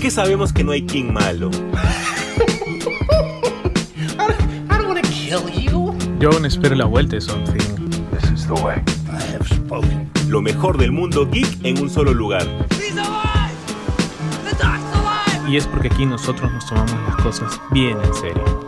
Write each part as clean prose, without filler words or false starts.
qué sabemos que no hay King malo? I don't want to kill you. Yo aún espero la vuelta de Something. This is the way. I have spoken. Lo mejor del mundo geek en un solo lugar. He's alive! The doc's alive! Y es porque aquí nosotros nos tomamos las cosas bien en serio.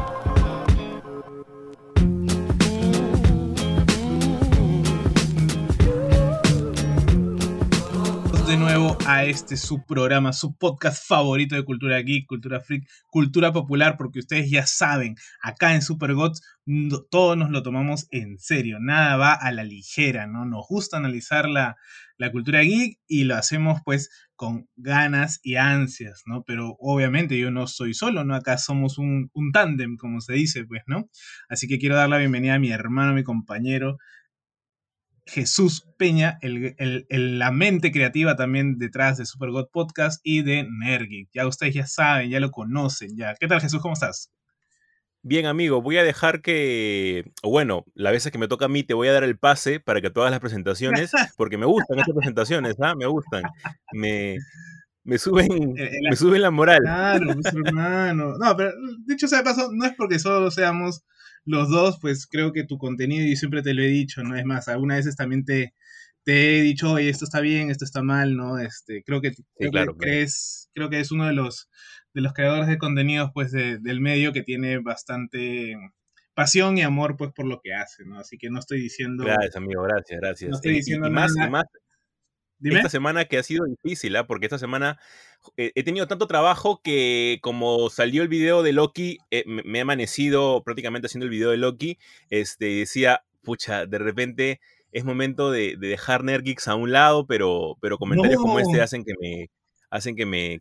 De nuevo a este su programa, su podcast favorito de cultura geek, cultura freak, cultura popular, porque ustedes ya saben, acá en Supergods todos nos lo tomamos en serio, nada va a la ligera, ¿no? Nos gusta analizar la cultura geek y lo hacemos pues con ganas y ansias, ¿no? Pero obviamente yo no soy solo, ¿no? Acá somos un tándem, como se dice, pues, ¿no? Así que quiero dar la bienvenida a mi hermano, mi compañero, Jesús Peña, la mente creativa también detrás de Supergod Podcast y de Nerdgeek. Ya ustedes ya saben, ya lo conocen, ya. ¿Qué tal, Jesús? ¿Cómo estás? Bien, amigo, voy a dejar la vez que me toca a mí, te voy a dar el pase para que tú hagas las presentaciones, porque me gustan estas presentaciones, ¿ah? Me gustan. Me suben la moral. Claro, pues, hermano. No, pero dicho sea de paso, no es porque solo seamos los dos, pues creo que tu contenido, y siempre te lo he dicho, ¿no? Es más, algunas veces también te he dicho, oye, esto está bien, esto está mal, ¿no? Creo que es uno de los creadores de contenidos, pues, del medio, que tiene bastante pasión y amor, pues, por lo que hace, ¿no? Así que no estoy diciendo... Gracias, amigo, gracias. No estoy diciendo y nada. más, ¿Dime? esta semana que ha sido difícil, porque esta semana he tenido tanto trabajo que como salió el video de Loki, me he amanecido prácticamente haciendo el video de Loki, decía, pucha, de repente es momento de dejar Nerdgeeks a un lado, pero comentarios como este hacen que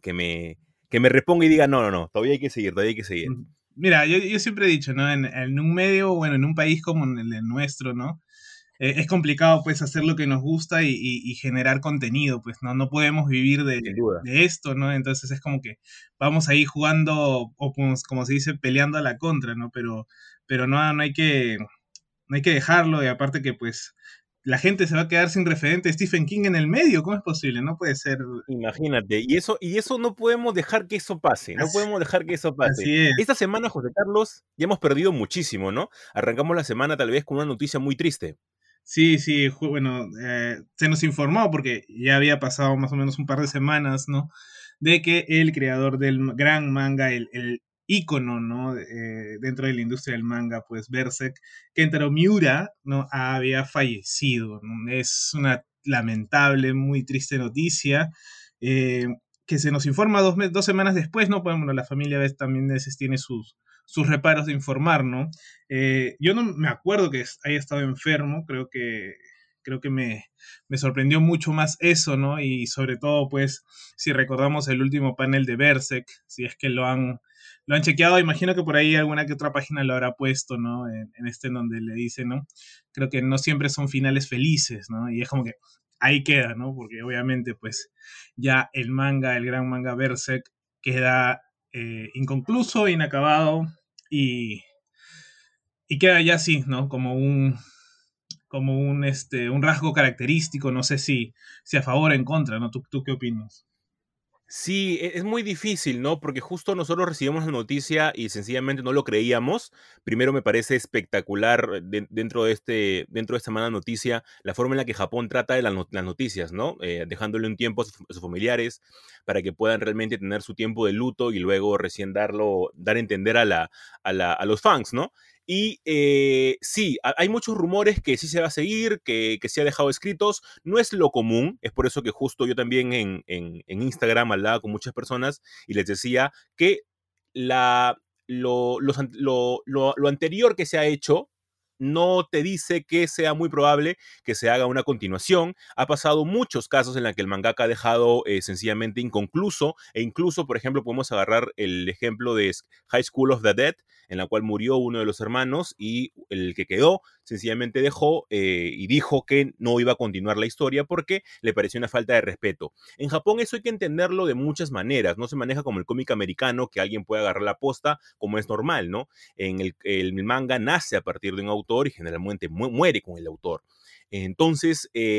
me reponga y diga, no, todavía hay que seguir. Mira, yo siempre he dicho, ¿no? En un medio, bueno, en un país como el nuestro, ¿no? Es complicado, pues, hacer lo que nos gusta y generar contenido, pues, ¿no? No podemos vivir de esto, ¿no? Entonces es como que vamos ahí jugando, o como se dice, peleando a la contra, ¿no? Pero no hay que dejarlo, y aparte que, pues, la gente se va a quedar sin referente de Stephen King en el medio. ¿Cómo es posible? No puede ser. Imagínate, y eso no podemos dejar que eso pase, Así es. Esta semana, José Carlos, ya hemos perdido muchísimo, ¿no? Arrancamos la semana tal vez con una noticia muy triste. Sí, bueno, se nos informó, porque ya había pasado más o menos un par de semanas, ¿no? De que el creador del gran manga, el ícono, ¿no? Dentro de la industria del manga, pues Berserk, Kentaro Miura, ¿no? Había fallecido, ¿no? Es una lamentable, muy triste noticia, que se nos informa 2 semanas después, ¿no? Pues, bueno, la familia también tiene sus reparos de informar, ¿no? Yo no me acuerdo que haya estado enfermo, creo que me sorprendió mucho más eso, ¿no? Y sobre todo, pues, si recordamos el último panel de Berserk, si es que lo han chequeado, imagino que por ahí alguna que otra página lo habrá puesto, ¿no? En donde le dice, ¿no? Creo que no siempre son finales felices, ¿no? Y es como que ahí queda, ¿no? Porque obviamente, pues, ya el gran manga Berserk queda inconcluso, inacabado, y queda ya así, ¿no? Como un rasgo característico, no sé si a favor o en contra, ¿no? ¿Tú qué opinas? Sí, es muy difícil, ¿no? Porque justo nosotros recibimos la noticia y sencillamente no lo creíamos. Primero me parece espectacular dentro de esta mala noticia la forma en la que Japón trata de las noticias, ¿no? Dejándole un tiempo a sus familiares para que puedan realmente tener su tiempo de luto y luego recién dar a entender a los fans, ¿no? Y sí, hay muchos rumores que sí se va a seguir, que se ha dejado escritos. No es lo común, es por eso que justo yo también en Instagram hablaba con muchas personas y les decía que lo anterior que se ha hecho no te dice que sea muy probable que se haga una continuación. Ha pasado muchos casos en los que el mangaka ha dejado sencillamente inconcluso, e incluso, por ejemplo, podemos agarrar el ejemplo de High School of the Dead, en la cual murió uno de los hermanos y el que quedó sencillamente dejó y dijo que no iba a continuar la historia porque le pareció una falta de respeto. En Japón eso hay que entenderlo de muchas maneras, no se maneja como el cómic americano, que alguien puede agarrar la posta como es normal, ¿no? El manga nace a partir de un autor y generalmente muere con el autor. Entonces,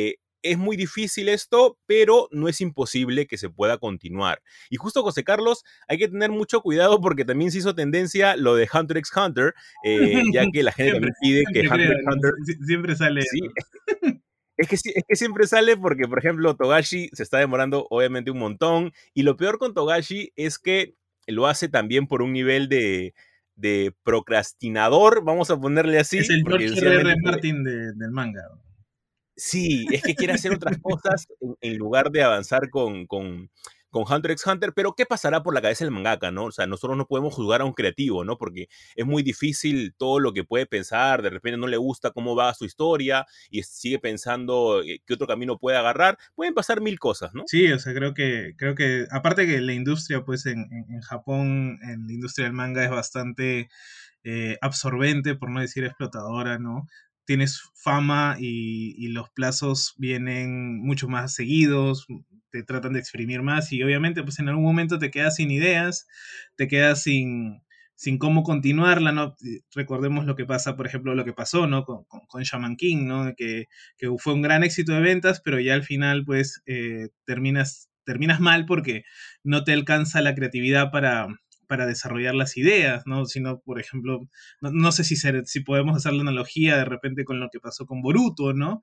es muy difícil esto, pero no es imposible que se pueda continuar. Y justo, José Carlos, hay que tener mucho cuidado porque también se hizo tendencia lo de Hunter x Hunter, ya que la gente Siempre, también pide que siempre Hunter creo, x ¿no? Hunter, Siempre sale sí, eso. es que siempre sale porque, por ejemplo, Togashi se está demorando obviamente un montón, y lo peor con Togashi es que lo hace también por un nivel de procrastinador, vamos a ponerle Es así, el porque George R. sencillamente R. Martin del manga. sí, es que quiere hacer otras cosas en lugar de avanzar con Hunter x Hunter, pero ¿qué pasará por la cabeza del mangaka, no? O sea, nosotros no podemos juzgar a un creativo, ¿no? Porque es muy difícil todo lo que puede pensar, de repente no le gusta cómo va su historia y sigue pensando qué otro camino puede agarrar. Pueden pasar mil cosas, ¿no? Sí, o sea, creo que, aparte que la industria, pues en Japón, en la industria del manga es bastante absorbente, por no decir explotadora, ¿no? Tienes fama y los plazos vienen mucho más seguidos, te tratan de exprimir más y obviamente pues en algún momento te quedas sin ideas, te quedas sin cómo continuarla, ¿no? Recordemos lo que pasa, por ejemplo, lo que pasó, ¿no? Con Shaman King, ¿no? Que fue un gran éxito de ventas, pero ya al final pues terminas mal porque no te alcanza la creatividad para desarrollar las ideas, ¿no? Sino, por ejemplo, no sé si podemos hacer la analogía de repente con lo que pasó con Boruto, ¿no?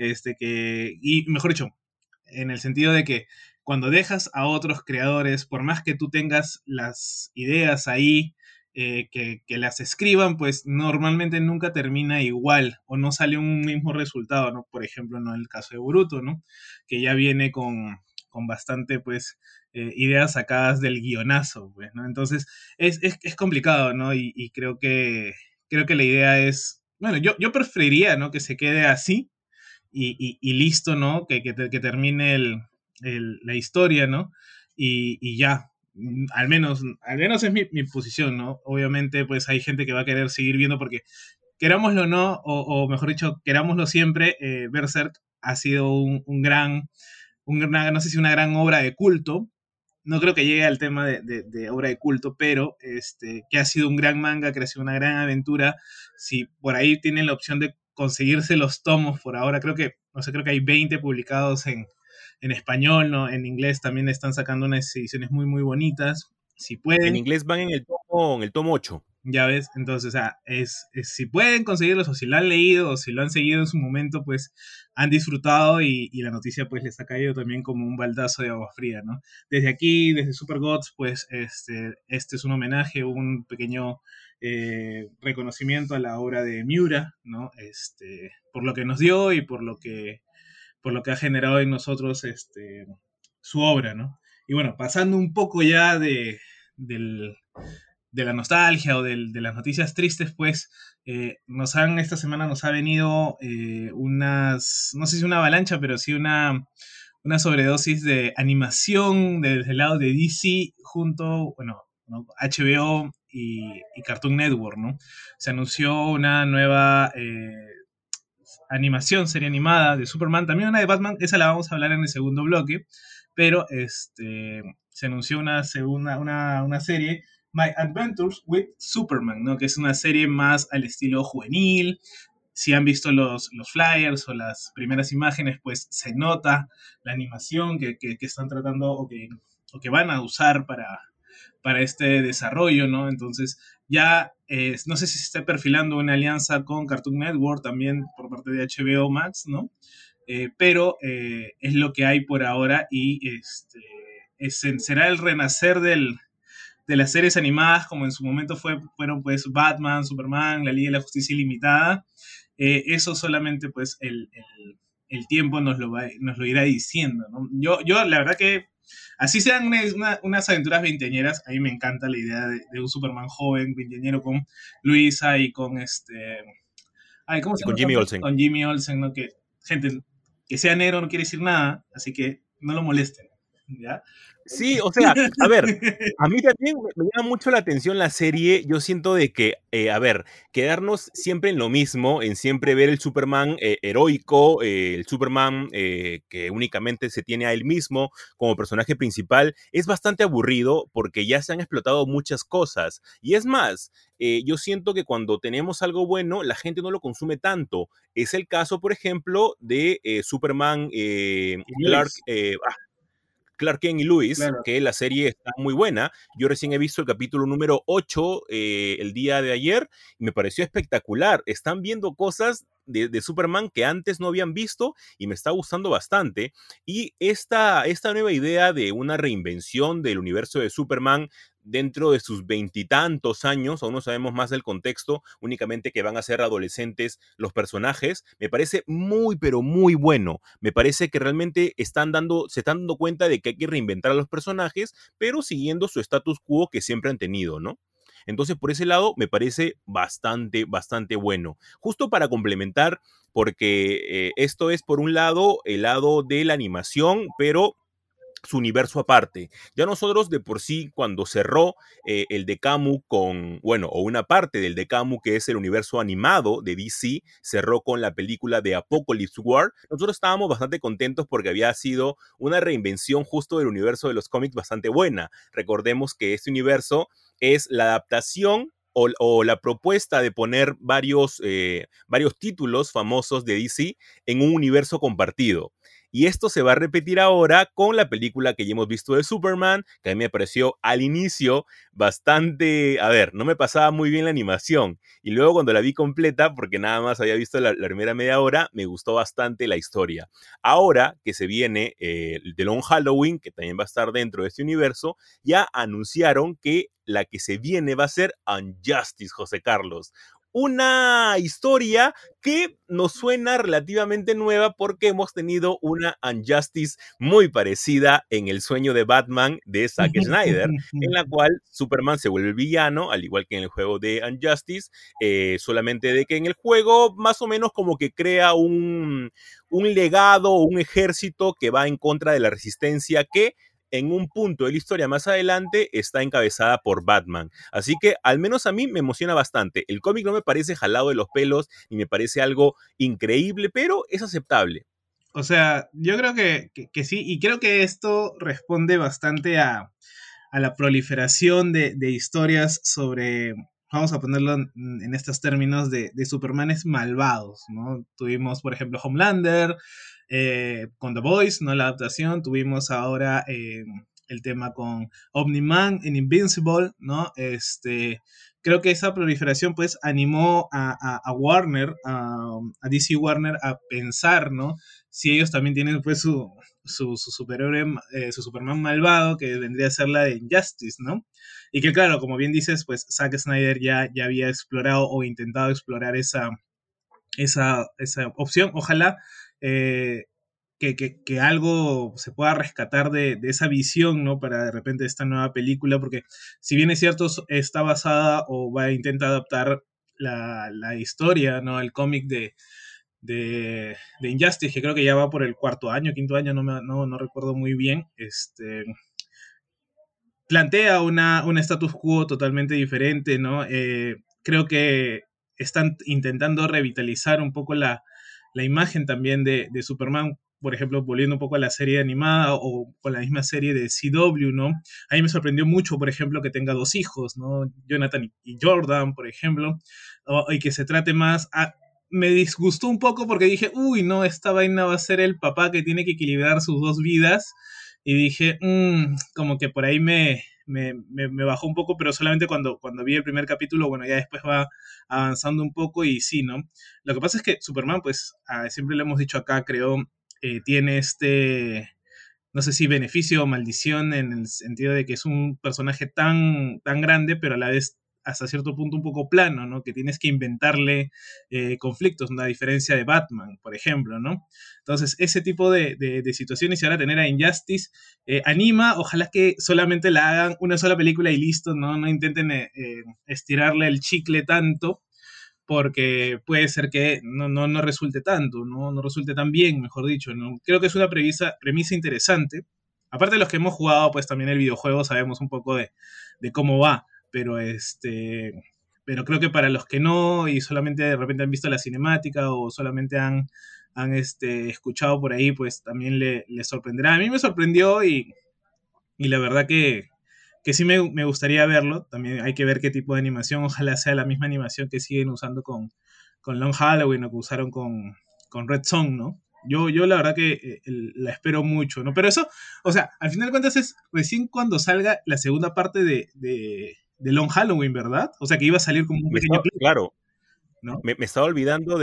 Y mejor dicho, en el sentido de que cuando dejas a otros creadores, por más que tú tengas las ideas ahí, que las escriban, pues normalmente nunca termina igual o no sale un mismo resultado, ¿no? Por ejemplo, ¿no? El caso de Boruto, ¿no? Que ya viene con bastante, pues, ideas sacadas del guionazo, pues, ¿no? Entonces, es complicado, ¿no? Y creo que la idea es, bueno, yo preferiría, ¿no? Que se quede así y listo, ¿no? Que termine la historia, ¿no? Y ya, al menos es mi posición, ¿no? Obviamente, pues hay gente que va a querer seguir viendo porque, querámoslo o no, o mejor dicho, querámoslo siempre, Berserk ha sido no sé si una gran obra de culto, no creo que llegue al tema de obra de culto, pero que ha sido un gran manga, que ha sido una gran aventura. Si por ahí tienen la opción de conseguirse los tomos por ahora, creo que hay 20 publicados en español, ¿no? En inglés también están sacando unas ediciones muy, muy bonitas. Si En pueden, inglés van en el tomo 8. ya ves, entonces, o sea, si pueden conseguirlos o si lo han leído o si lo han seguido en su momento, pues han disfrutado y la noticia pues les ha caído también como un baldazo de agua fría, ¿no? Desde aquí, desde Super Gods, pues este es un homenaje, un pequeño reconocimiento a la obra de Miura, ¿no? Por lo que nos dio y por lo que ha generado en nosotros su obra, ¿no? Y bueno, pasando un poco ya del de la nostalgia o de las noticias tristes, pues esta semana nos ha venido no sé si una avalancha, pero sí una sobredosis de animación desde el lado de DC junto, bueno, ¿no? HBO y Cartoon Network, ¿no? Se anunció una nueva serie animada de Superman, también una de Batman, esa la vamos a hablar en el segundo bloque, pero se anunció una serie, My Adventures with Superman, ¿no? Que es una serie más al estilo juvenil. Si han visto los flyers o las primeras imágenes, pues se nota la animación que están tratando o que van a usar para este desarrollo, ¿no? Entonces ya no sé si se está perfilando una alianza con Cartoon Network también por parte de HBO Max, ¿no? Pero es lo que hay por ahora y será el renacer de las series animadas como en su momento fueron pues Batman, Superman, la Liga de la Justicia Ilimitada. Eso solamente pues el tiempo nos lo irá diciendo, ¿no? Yo la verdad que así sean unas aventuras veinteañeras, a mí me encanta la idea de un Superman joven, veinteañero con Luisa y con ¿cómo se Con llama? Jimmy Olsen. Con Jimmy Olsen, ¿no? Que gente, que sea negro no quiere decir nada, así que no lo molesten. ¿ya? Sí, o sea, a ver, a mí también me llama mucho la atención la serie. Yo siento de que, a ver, quedarnos siempre en lo mismo, en siempre ver el Superman heroico, el Superman que únicamente se tiene a él mismo como personaje principal, es bastante aburrido porque ya se han explotado muchas cosas. Y es más, yo siento que cuando tenemos algo bueno, la gente no lo consume tanto. Es el caso, por ejemplo, de Superman Clark, Luis, Clark Kent y Lewis, claro. que la serie está muy buena. Yo recién he visto el capítulo número 8 el día de ayer y me pareció espectacular. Están viendo cosas de Superman que antes no habían visto y me está gustando bastante. Y esta nueva idea de una reinvención del universo de Superman dentro de sus veintitantos años, aún no sabemos más del contexto, únicamente que van a ser adolescentes los personajes, me parece muy, pero muy bueno. Me parece que realmente se están dando cuenta de que hay que reinventar a los personajes, pero siguiendo su status quo que siempre han tenido, ¿no? Entonces, por ese lado, me parece bastante, bastante bueno. Justo para complementar, porque esto es, por un lado, el lado de la animación, pero su universo aparte. Ya nosotros de por sí, cuando cerró el Decamu con, bueno, o una parte del Decamu, que es el universo animado de DC, cerró con la película de Apocalypse War, nosotros estábamos bastante contentos porque había sido una reinvención justo del universo de los cómics bastante buena. Recordemos que este universo es la adaptación o la propuesta de poner varios títulos famosos de DC en un universo compartido. Y esto se va a repetir ahora con la película que ya hemos visto de Superman, que a mí me pareció al inicio bastante, a ver, no me pasaba muy bien la animación. Y luego cuando la vi completa, porque nada más había visto la primera media hora, me gustó bastante la historia. Ahora que se viene The Long Halloween, que también va a estar dentro de este universo, ya anunciaron que la que se viene va a ser Unjustice, José Carlos. Una historia que nos suena relativamente nueva porque hemos tenido una Unjustice muy parecida en El sueño de Batman de Zack Snyder, en la cual Superman se vuelve villano, al igual que en el juego de Unjustice, solamente de que en el juego más o menos como que crea un legado o un ejército que va en contra de la resistencia que en un punto de la historia más adelante está encabezada por Batman. Así que al menos a mí me emociona bastante. El cómic no me parece jalado de los pelos ni me parece algo increíble, pero es aceptable. O sea, yo creo que sí, y creo que esto responde bastante a la proliferación de historias sobre, vamos a ponerlo en estos términos, de Supermanes malvados, ¿no? Tuvimos, por ejemplo, Homelander, con The Boys, ¿no? La adaptación, tuvimos ahora el tema con Omni-Man en Invincible, ¿no? Creo que esa proliferación pues animó a Warner, a DC Warner a pensar, ¿no? Si ellos también tienen pues su superhéroe, su Superman malvado, que vendría a ser la de Injustice, ¿no? Y que claro, como bien dices, pues Zack Snyder ya había explorado o intentado explorar esa opción. Ojalá eh, que algo se pueda rescatar de esa visión, ¿no? Para de repente esta nueva película, porque si bien es cierto, está basada o va a intentar adaptar la historia, ¿no? El cómic de Injustice, que creo que ya va por el cuarto año, quinto año, no recuerdo muy bien, plantea un status quo totalmente diferente, ¿no? Creo que están intentando revitalizar un poco la imagen también de Superman, por ejemplo, volviendo un poco a la serie animada o con la misma serie de CW, ¿no? A mí me sorprendió mucho, por ejemplo, que tenga dos hijos, ¿no? Jonathan y Jordan, por ejemplo, y que se trate más me disgustó un poco porque dije, uy, no, esta vaina va a ser el papá que tiene que equilibrar sus dos vidas. Y dije, como que por ahí me bajó un poco, pero solamente cuando vi el primer capítulo, bueno, ya después va avanzando un poco y sí, ¿no? Lo que pasa es que Superman, pues, siempre lo hemos dicho acá, creo, tiene no sé si beneficio o maldición en el sentido de que es un personaje tan grande, pero a la vez hasta cierto punto un poco plano, ¿no? Que tienes que inventarle conflictos, una diferencia de Batman, por ejemplo, ¿no? Entonces, ese tipo de situaciones y ahora tener a Injustice anima, ojalá que solamente la hagan una sola película y listo, no intenten estirarle el chicle tanto, porque puede ser que no resulte tanto, no resulte tan bien, mejor dicho, ¿no? Creo que es una premisa interesante. aparte de los que hemos jugado, pues también el videojuego sabemos un poco de cómo va, pero pero creo que para los que no y solamente de repente han visto la cinemática o solamente han escuchado por ahí, pues también le sorprenderá. A mí me sorprendió y la verdad que sí me gustaría verlo. También hay que ver qué tipo de animación. Ojalá sea la misma animación que siguen usando con Long Halloween o que usaron con Red Song, ¿no? Yo la verdad que la espero mucho, ¿no? Pero eso, o sea, al final de cuentas es recién cuando salga la segunda parte de Long Halloween, ¿verdad? O sea, que iba a salir como un pequeño clip, Claro, ¿no? me estaba olvidando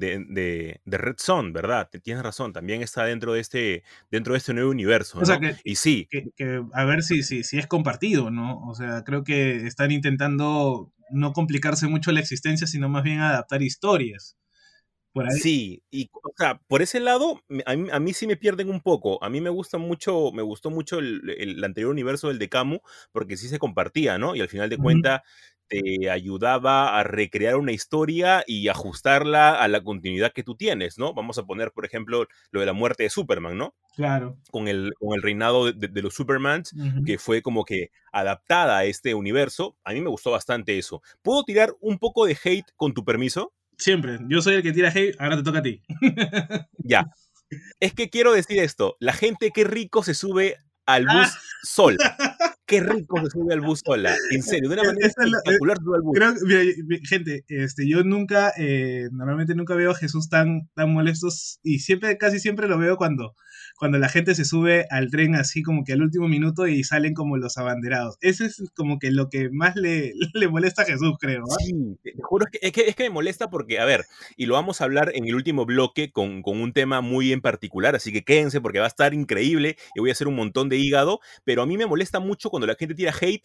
de Red Son, ¿verdad? Tienes razón, también está dentro de este nuevo universo, O sea, ¿no? Y sí, que a ver si es compartido, ¿no? O sea, creo que están intentando no complicarse mucho la existencia, sino más bien adaptar historias. Por ahí. sí, y o sea, por ese lado, a mí sí me pierden un poco. A mí me gustó mucho el anterior universo del de Camu, porque sí se compartía, ¿no? Y al final de Ujú, cuentas te ayudaba a recrear una historia y ajustarla a la continuidad que tú tienes, ¿no? Vamos a poner, por ejemplo, lo de la muerte de Superman, ¿no? claro. Con el reinado de los Supermans, Ujú. que fue como que adaptada a este universo. A mí me gustó bastante eso. ¿Puedo tirar un poco de hate con tu permiso? Siempre. Yo soy el que tira hate, ahora te toca a ti. Ya. Es que quiero decir esto, la gente qué rico se sube al Ah, bus sola. Qué rico se sube al bus sola. En serio, de una manera eso es espectacular se sube al bus. creo que, mira, gente, yo nunca, normalmente nunca veo a Jesús tan molesto y siempre, casi siempre lo veo cuando la gente se sube al tren así como que al último minuto y salen como los abanderados. Ese es como que lo que más le molesta a Jesús, creo, ¿ah? Sí, te juro es que me molesta porque, a ver, y lo vamos a hablar en el último bloque con un tema muy en particular, así que quédense porque va a estar increíble y voy a hacer un montón de hígado, pero a mí me molesta mucho cuando la gente tira hate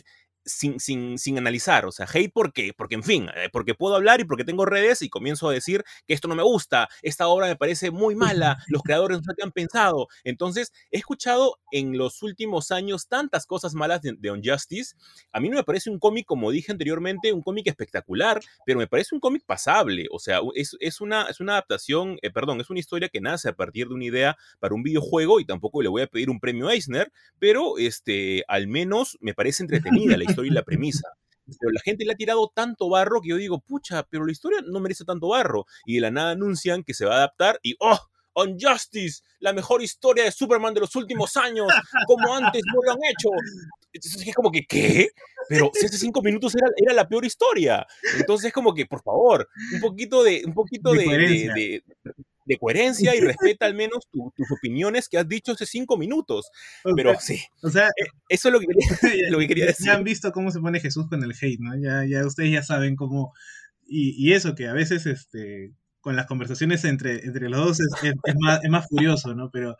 sin analizar, o sea, hate ¿por qué? Porque, en fin, porque puedo hablar y porque tengo redes y comienzo a decir que esto no me gusta, esta obra me parece muy mala, los creadores no sé qué han pensado. Entonces, he escuchado en los últimos años tantas cosas malas de Unjustice. A mí no me parece un cómic, como dije anteriormente, un cómic espectacular, pero me parece un cómic pasable. O sea, es una adaptación, perdón, es una historia que nace a partir de una idea para un videojuego y tampoco le voy a pedir un premio Eisner, pero al menos me parece entretenida la historia y la premisa. Pero la gente le ha tirado tanto barro que yo digo, pucha, pero la historia no merece tanto barro. Y de la nada anuncian que se va a adaptar y ¡oh! Unjustice, la mejor historia de Superman de los últimos años, como antes no lo han hecho. Entonces es como que, ¿qué? Pero si hace 5 minutos era la peor historia. Entonces es como que, por favor, un poquito De coherencia. de coherencia y respeta al menos tus opiniones que has dicho hace 5 minutos. O Pero sea, sí, o sea, eso es lo que quería, lo que quería ya han decir. visto cómo se pone Jesús con el hate, ¿no? Ya ustedes ya saben cómo. Y eso que a veces con las conversaciones entre los dos es más furioso, ¿no? Pero,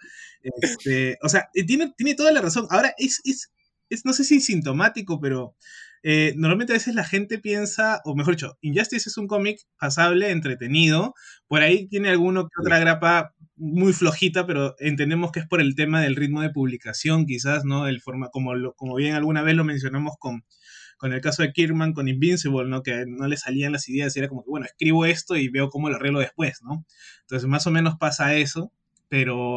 o sea, tiene toda la razón. Ahora, no sé si sintomático, pero normalmente a veces la gente piensa, o mejor dicho, Injustice es un cómic pasable, entretenido. Por ahí tiene alguno que Sí, otra grapa muy flojita, pero entendemos que es por el tema del ritmo de publicación, quizás, ¿no? Como bien alguna vez lo mencionamos con el caso de Kirkman, con Invincible, ¿no? Que no le salían las ideas y era como que, bueno, escribo esto y veo cómo lo arreglo después, ¿no? Entonces, más o menos pasa eso, pero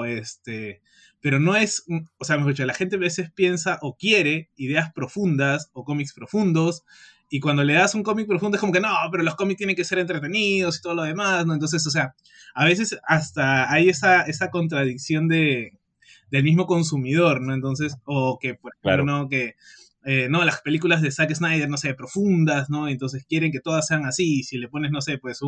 pero no es, o sea, mejor dicho, la gente a veces piensa o quiere ideas profundas o cómics profundos, y cuando le das un cómic profundo es como que no, pero los cómics tienen que ser entretenidos y todo lo demás, ¿no? Entonces, o sea, a veces hasta hay esa contradicción del mismo consumidor, ¿no? Entonces, o que, por ejemplo, claro. ¿no? Que no, las películas de Zack Snyder, no sé, profundas, ¿no? Entonces quieren que todas sean así. Y si le pones, no sé, pues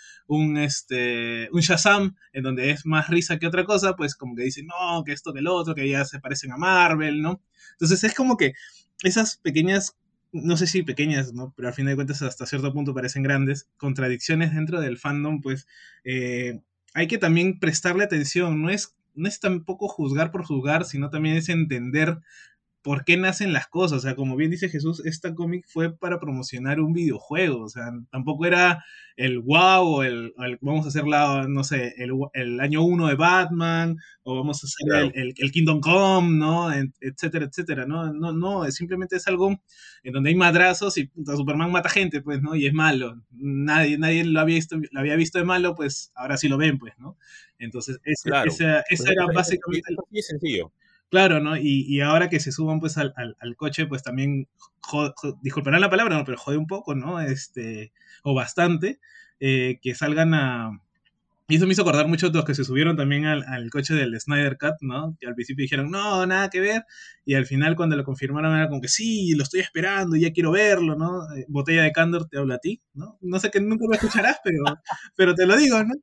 un Shazam, en donde es más risa que otra cosa, pues como que dicen, no, que esto, que el otro, que ya se parecen a Marvel, ¿no? Entonces es como que esas pequeñas, no sé si pequeñas, ¿no? Pero al fin de cuentas hasta cierto punto parecen grandes, contradicciones dentro del fandom, pues hay que también prestarle atención. No es tampoco juzgar por juzgar, sino también es entender por qué nacen las cosas. O sea, como bien dice Jesús, esta cómic fue para promocionar un videojuego. O sea, tampoco era el wow o vamos a hacer no sé, el año uno de Batman o vamos a hacer Claro, el Kingdom Come, ¿no? Etcétera, etcétera. No, simplemente es algo en donde hay madrazos y puta, Superman mata gente, pues, ¿no? Y es malo. Nadie lo había visto de malo, pues ahora sí lo ven, pues, ¿no? Entonces, claro. esa era Eso básicamente es así de sencillo. Claro, ¿no? Y ahora que se suban pues al coche, pues también, disculparán la palabra, ¿no? Pero jode un poco, ¿no? O bastante, que salgan a... Y eso me hizo acordar mucho de los que se subieron también al coche del Snyder Cut, ¿no? Que al principio dijeron, no, nada que ver. Y al final cuando lo confirmaron era como que sí, lo estoy esperando, ya quiero verlo, ¿no? Botella de Candor te habla a ti, ¿no? No sé que nunca lo escucharás, pero te lo digo, ¿no?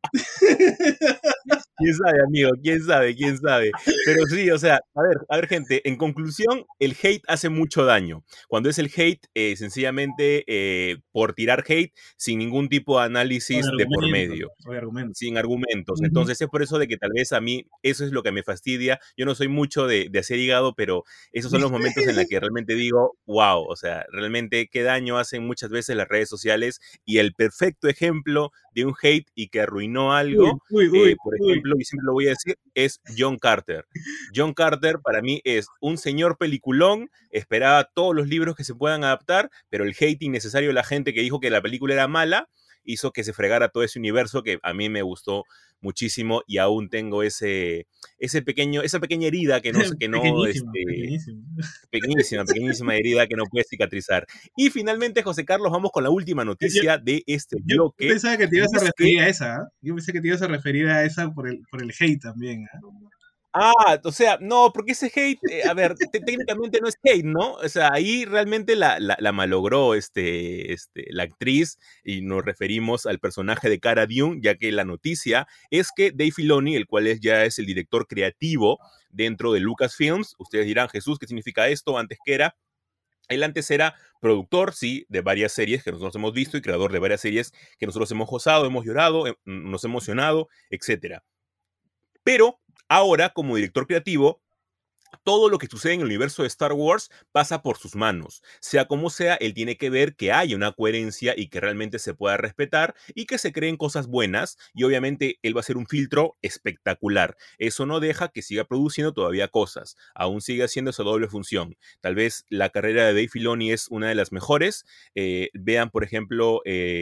¿Quién sabe, amigo? ¿Quién sabe? ¿Quién sabe? Pero sí, o sea, a ver, gente, en conclusión, el hate hace mucho daño. Cuando es el hate, sencillamente por tirar hate sin ningún tipo de O de análisis de por argumentos, medio. o de argumentos. Sin argumentos. Ujú. Entonces es por eso de que tal vez a mí eso es lo que me fastidia. Yo no soy mucho de hacer hígado, pero esos son los momentos en los que realmente digo, wow, o sea, realmente qué daño hacen muchas veces las redes sociales y el perfecto ejemplo de un hate y que arruinó Uy, algo, uy, uy, por uy. ejemplo, y siempre lo voy a decir, es John Carter. John Carter para mí es un señor peliculón, esperaba todos los libros que se puedan adaptar, pero el hate innecesario de la gente que dijo que la película era mala, hizo que se fregara todo ese universo que a mí me gustó muchísimo y aún tengo esa pequeña herida Pequeñísimo, pequeñísimo. pequeñísima herida que no puede cicatrizar. Y finalmente, José Carlos, vamos con la última Yo, noticia de este yo bloque, pensaba que te y ibas a es que referir a esa, ¿ah? Yo pensé que te ibas a referir a esa por el hate también, ¿ah? o sea, no, porque ese hate, a ver, técnicamente no es hate, ¿no? O sea, ahí realmente la malogró la actriz y nos referimos al personaje de Cara Dune, ya que la noticia es que Dave Filoni, el cual ya es el director creativo dentro de Lucasfilms, ustedes dirán, Jesús, ¿qué significa esto? Él antes era productor, sí, de varias series que nosotros hemos visto y creador de varias series que nosotros hemos gozado, hemos llorado, nos hemos emocionado, etcétera. Pero ahora, como director creativo, todo lo que sucede en el universo de Star Wars pasa por sus manos. Sea como sea, él tiene que ver que haya una coherencia y que realmente se pueda respetar y que se creen cosas buenas y obviamente él va a ser un filtro espectacular. Eso no deja que siga produciendo todavía cosas. Aún sigue haciendo esa doble función. Tal vez la carrera de Dave Filoni es una de las mejores. Vean, por ejemplo,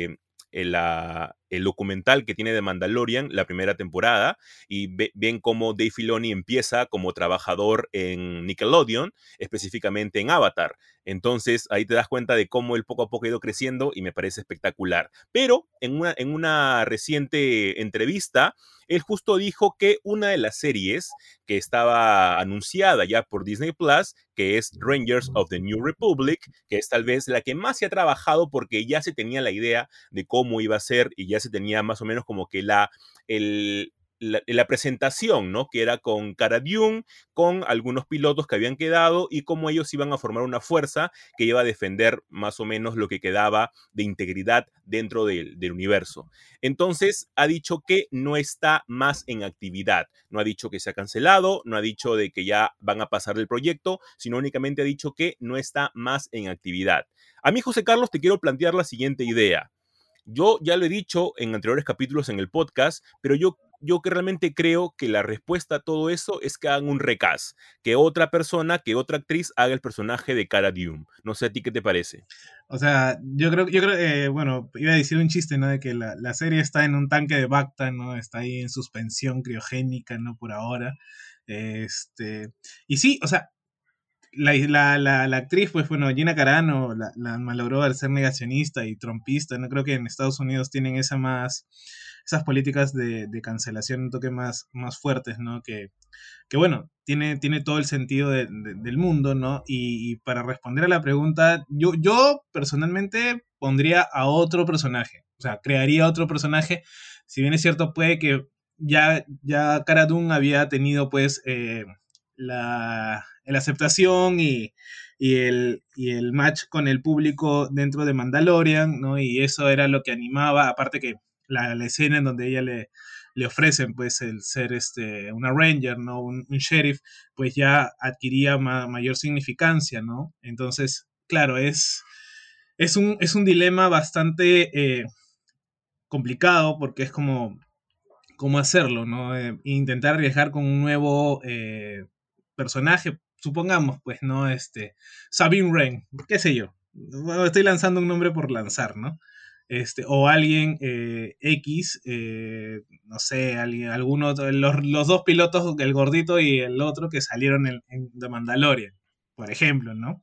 el documental que tiene de Mandalorian, la primera temporada, y ven cómo Dave Filoni empieza como trabajador en Nickelodeon, específicamente en Avatar. Entonces ahí te das cuenta de cómo él poco a poco ha ido creciendo y me parece espectacular. Pero en una reciente entrevista, él justo dijo que una de las series que estaba anunciada ya por Disney Plus, que es Rangers of the New Republic, que es tal vez la que más se ha trabajado porque ya se tenía la idea de cómo iba a ser y ya se tenía más o menos como que la presentación, ¿no? Que era con Cara Dune, con algunos pilotos que habían quedado y cómo ellos iban a formar una fuerza que iba a defender más o menos lo que quedaba de integridad dentro del universo. Entonces ha dicho que no está más en actividad, no ha dicho que se ha cancelado, no ha dicho de que ya van a pasar el proyecto, sino únicamente ha dicho que no está más en actividad. A mí, José Carlos, te quiero plantear la siguiente idea. Yo ya lo he dicho en anteriores capítulos en el podcast, pero yo que realmente creo que la respuesta a todo eso es que hagan un recast, que otra persona, que otra actriz haga el personaje de Cara Dune. No sé a ti qué te parece. O sea, bueno, iba a decir un chiste, ¿no? De que la serie está en un tanque de Bacta, ¿no? Está ahí en suspensión criogénica, ¿no? Por ahora. Y sí, o sea, la actriz, pues bueno, Gina Carano, la malogró al ser negacionista y trompista, ¿no? Creo que en Estados Unidos tienen esas políticas de cancelación un toque más fuertes, ¿no? Que bueno, tiene todo el sentido del mundo, ¿no? Y para responder a la pregunta, yo personalmente pondría a otro personaje, o sea, crearía otro personaje, si bien es cierto, puede que ya Cara Dune había tenido pues la aceptación y el match con el público dentro de Mandalorian, ¿no? Y eso era lo que animaba, aparte que la escena en donde ella le ofrecen pues el ser una ranger, ¿no? Un sheriff, pues ya adquiría mayor significancia, ¿no? Entonces, claro, es un dilema bastante complicado porque es como cómo hacerlo, ¿no? Intentar arriesgar con un nuevo personaje, supongamos, pues, ¿no? Sabine Wren, qué sé yo. Bueno, estoy lanzando un nombre por lanzar, ¿no? o alguien X, no sé, alguno, los dos pilotos, el gordito y el otro que salieron en The Mandalorian, por ejemplo, ¿no?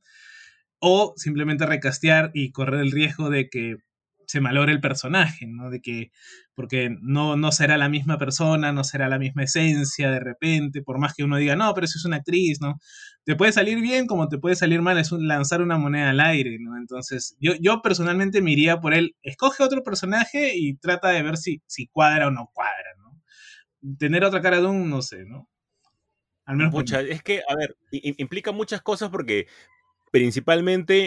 O simplemente recastear y correr el riesgo de que se malogre el personaje, ¿no? De que, porque no será la misma persona, no será la misma esencia de repente, por más que uno diga, no, pero eso es una actriz, ¿no? Te puede salir bien como te puede salir mal, es lanzar una moneda al aire, ¿no? Entonces, yo personalmente me iría por él, escoge otro personaje y trata de ver si cuadra o no cuadra, ¿no? Tener otra cara de un, no sé, ¿no? Al menos por mí. Pucha, es que, a ver, implica muchas cosas porque principalmente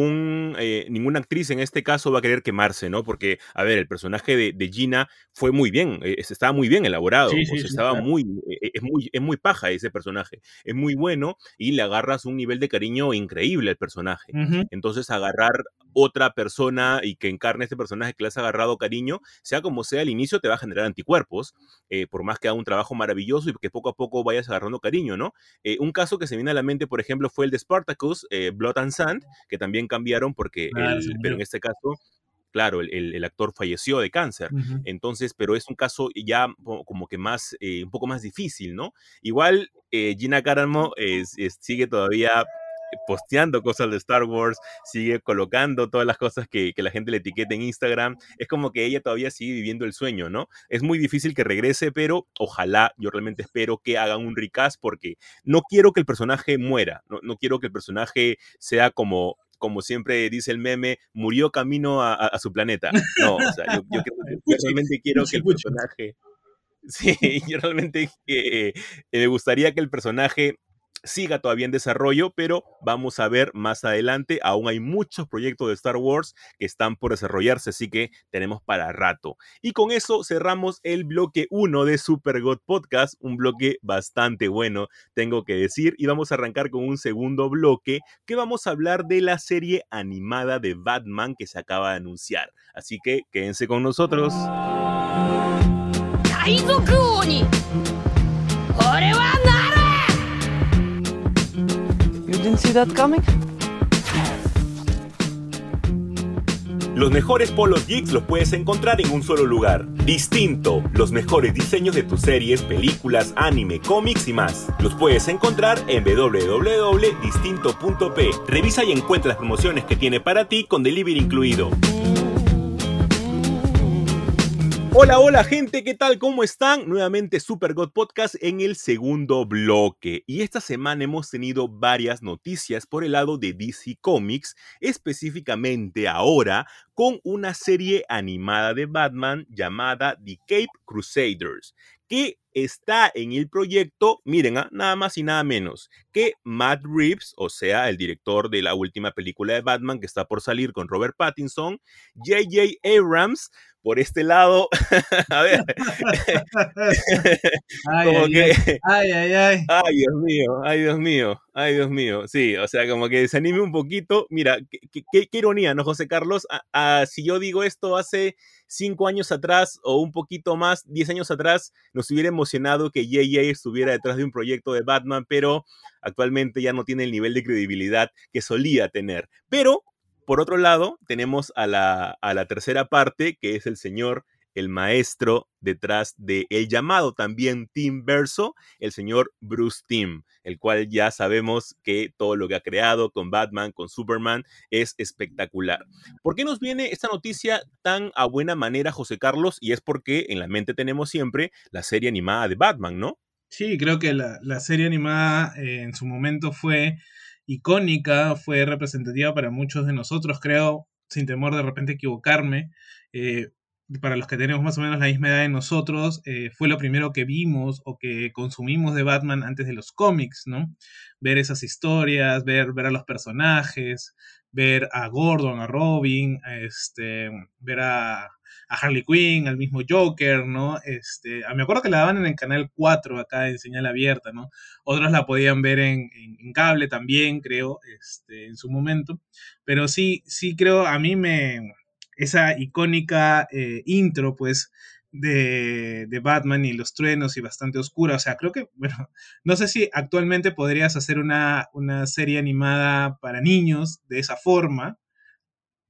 ninguna actriz en este caso va a querer quemarse, ¿no? Porque, a ver, el personaje de Gina fue muy bien, estaba muy bien elaborado, Sí, o sí, sea, sí, estaba claro. es muy paja ese personaje, es muy bueno y le agarras un nivel de cariño increíble al personaje. Ujú. Entonces, agarrar otra persona y que encarne este personaje que le has agarrado cariño, sea como sea, al inicio te va a generar anticuerpos, por más que haga un trabajo maravilloso y que poco a poco vayas agarrando cariño, ¿no? Un caso que se viene a la mente, por ejemplo, fue el de Spartacus, Blood and Sand, que también cambiaron porque Claro, se pero murió. en este caso, claro, el actor falleció de cáncer. Ujú. Entonces, pero es un caso ya como que más, un poco más difícil, ¿no? Igual, Gina Carano sigue todavía posteando cosas de Star Wars, sigue colocando todas las cosas que la gente le etiqueta en Instagram. Es como que ella todavía sigue viviendo el sueño, ¿no? Es muy difícil que regrese, pero ojalá, yo realmente espero que hagan un recast porque no quiero que el personaje muera, no quiero que el personaje sea como siempre dice el meme, murió camino a su planeta. No, o sea, yo Puchi, realmente quiero que puchi, el puchi. personaje, sí, yo realmente me gustaría que el personaje siga todavía en desarrollo, pero vamos a ver más adelante. Aún hay muchos proyectos de Star Wars que están por desarrollarse, así que tenemos para rato. Y con eso cerramos el bloque 1 de Super God Podcast, un bloque bastante bueno, tengo que decir, y vamos a arrancar con un segundo bloque que vamos a hablar de la serie animada de Batman que se acaba de anunciar. Así que quédense con nosotros. 海賊王に俺はなる You didn't see that coming? Los mejores polos geeks los puedes encontrar en un solo lugar. Distinto, los mejores diseños de tus series, películas, anime, cómics y más. Los puedes encontrar en www.distinto.p. Revisa y encuentra las promociones que tiene para ti con delivery incluido. Hola, hola gente, ¿qué tal? ¿Cómo están? Nuevamente Super God Podcast en el segundo bloque. Y esta semana hemos tenido varias noticias por el lado de DC Comics, específicamente ahora con una serie animada de Batman llamada The Cape Crusaders, que está en el proyecto, miren, nada más y nada menos, que Matt Reeves, o sea, el director de la última película de Batman que está por salir con Robert Pattinson, J.J. Abrams, por este lado, a ver, Ay, como ay, que, ay, ay, ay. ay Dios mío, ay Dios mío, ay Dios mío, sí, o sea, como que se anime un poquito, mira, qué ironía, ¿no, José Carlos? Si yo digo esto hace 5 años atrás o un poquito más, 10 años atrás, nos hubiera emocionado que J.J. estuviera detrás de un proyecto de Batman, pero actualmente ya no tiene el nivel de credibilidad que solía tener, pero por otro lado, tenemos a la tercera parte, que es el señor, el maestro detrás de el llamado también Team Verso, el señor Bruce Timm, el cual ya sabemos que todo lo que ha creado con Batman, con Superman, es espectacular. ¿Por qué nos viene esta noticia tan a buena manera, José Carlos? Y es porque en la mente tenemos siempre la serie animada de Batman, ¿no? Sí, creo que la serie animada en su momento fue icónica, fue representativa para muchos de nosotros, creo, sin temor de repente equivocarme. eh, para los que tenemos más o menos la misma edad de nosotros, fue lo primero que vimos o que consumimos de Batman antes de los cómics, ¿no? Ver esas historias, ver a los personajes, ver a Gordon, a Robin, ver a Harley Quinn, al mismo Joker, ¿no? Me acuerdo que la daban en el canal 4 acá en señal abierta, ¿no? Otros la podían ver en cable también, creo, en su momento. Pero sí, sí creo, esa icónica intro, pues, de Batman y los truenos y bastante oscura. O sea, creo que, bueno, no sé si actualmente podrías hacer una serie animada para niños de esa forma,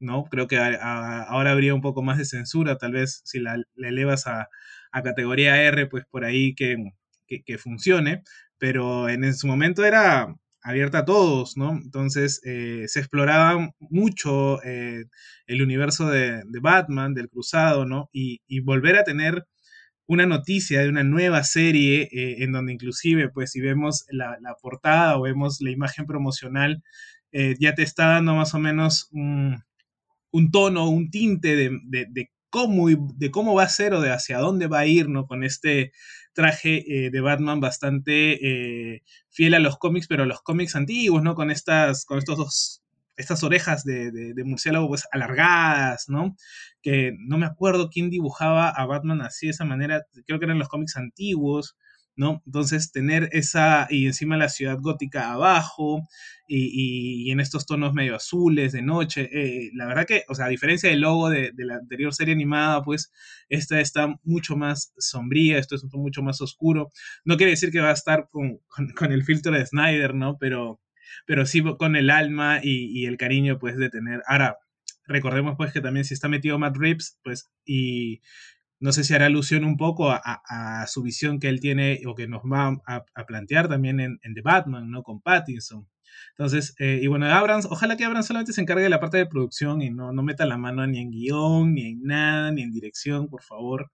¿no? Creo que ahora habría un poco más de censura, tal vez si la elevas a categoría R, pues por ahí que funcione, pero en su momento era abierta a todos, ¿no? Entonces se exploraba mucho el universo de Batman, del Cruzado, ¿no? Y volver a tener una noticia de una nueva serie en donde inclusive, pues si vemos la portada o vemos la imagen promocional, ya te está dando más o menos un tono, un tinte de cómo va a ser o de hacia dónde va a ir, ¿no? Con este traje de Batman bastante fiel a los cómics, pero a los cómics antiguos, ¿no? Con estos dos, estas orejas de murciélago pues alargadas, ¿no? Que no me acuerdo quién dibujaba a Batman así de esa manera, creo que eran los cómics antiguos, ¿no? Entonces tener esa, y encima la ciudad gótica abajo, y en estos tonos medio azules de noche. La verdad que, o sea, a diferencia del logo de la anterior serie animada, pues esta está mucho más sombría, esto es mucho más oscuro. No quiere decir que va a estar con el filtro de Snyder, ¿no? Pero sí con el alma y el cariño, pues, de tener. Ahora, recordemos, pues, que también si está metido Matt Reeves, pues, y no sé si hará alusión un poco a su visión que él tiene o que nos va a plantear también en The Batman, ¿no? Con Pattinson. Entonces, y bueno, Abrams, ojalá que Abrams solamente se encargue de la parte de producción y no meta la mano ni en guión, ni en nada, ni en dirección, por favor.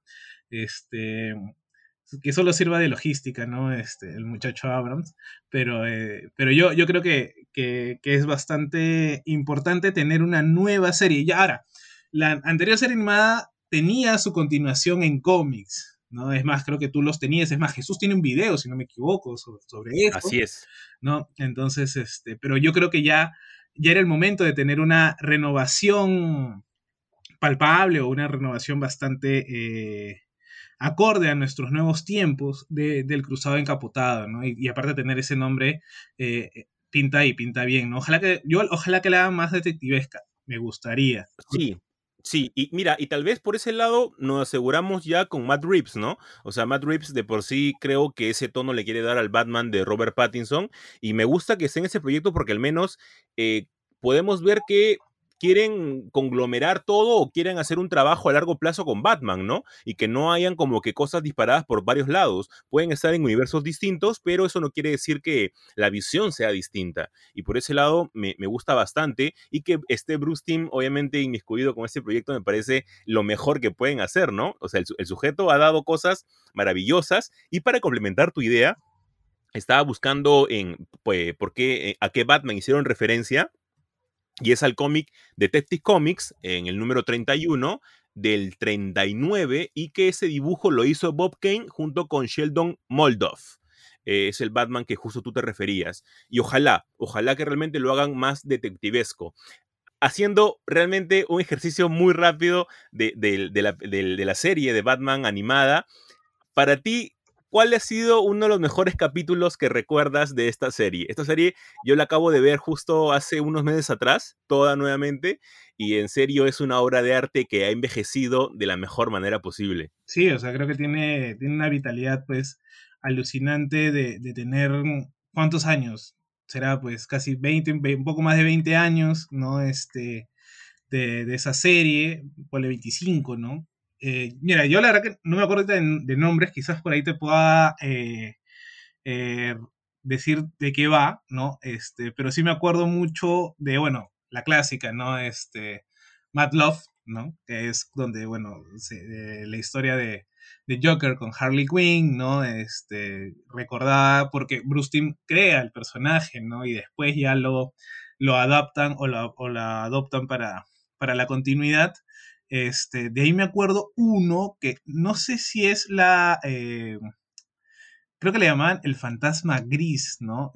Que solo sirva de logística, ¿no? El muchacho Abrams. Pero yo creo que es bastante importante tener una nueva serie. Ya ahora, la anterior serie animada tenía su continuación en cómics, ¿no? Es más, creo que tú los tenías. Es más, Jesús tiene un video, si no me equivoco, sobre eso, Así es. ¿no? Entonces, pero yo creo que ya era el momento de tener una renovación palpable o una renovación bastante acorde a nuestros nuevos tiempos del cruzado encapotado, ¿no? Y aparte tener ese nombre pinta y pinta bien, ¿no? Ojalá que la hagan más detectivesca, me gustaría. Sí, sí, y mira, y tal vez por ese lado nos aseguramos ya con Matt Reeves, ¿no? O sea, Matt Reeves de por sí creo que ese tono le quiere dar al Batman de Robert Pattinson, y me gusta que esté en ese proyecto porque al menos podemos ver que quieren conglomerar todo o quieren hacer un trabajo a largo plazo con Batman, ¿no? Y que no hayan como que cosas disparadas por varios lados. Pueden estar en universos distintos, pero eso no quiere decir que la visión sea distinta. Y por ese lado me gusta bastante, y que esté Bruce Timm obviamente inmiscuido con este proyecto me parece lo mejor que pueden hacer, ¿no? O sea, el sujeto ha dado cosas maravillosas, y para complementar tu idea, estaba buscando pues, a qué Batman hicieron referencia, y es al cómic Detective Comics en el número 31 del 39, y que ese dibujo lo hizo Bob Kane junto con Sheldon Moldoff. Es el Batman que justo tú te referías. Y ojalá que realmente lo hagan más detectivesco, haciendo realmente un ejercicio muy rápido de la serie de Batman animada. Para ti, ¿cuál ha sido uno de los mejores capítulos que recuerdas de esta serie? Esta serie yo la acabo de ver justo hace unos meses atrás, toda nuevamente, y en serio es una obra de arte que ha envejecido de la mejor manera posible. Sí, o sea, creo que tiene una vitalidad, pues, alucinante de tener, ¿cuántos años? Será, pues, casi 20, un poco más de 20 años, ¿no? De esa serie, ponle 25, ¿no? Mira, yo la verdad que no me acuerdo de nombres, quizás por ahí te pueda eh, decir de qué va, ¿no? Pero sí me acuerdo mucho de, bueno, la clásica, ¿no? Mad Love, ¿no? Que es donde, bueno, la historia de Joker con Harley Quinn, ¿no? Recordada porque Bruce Timm crea el personaje, ¿no? Y después ya lo adaptan o la adoptan para la continuidad. De ahí me acuerdo uno que no sé si es creo que le llamaban el fantasma gris, ¿no?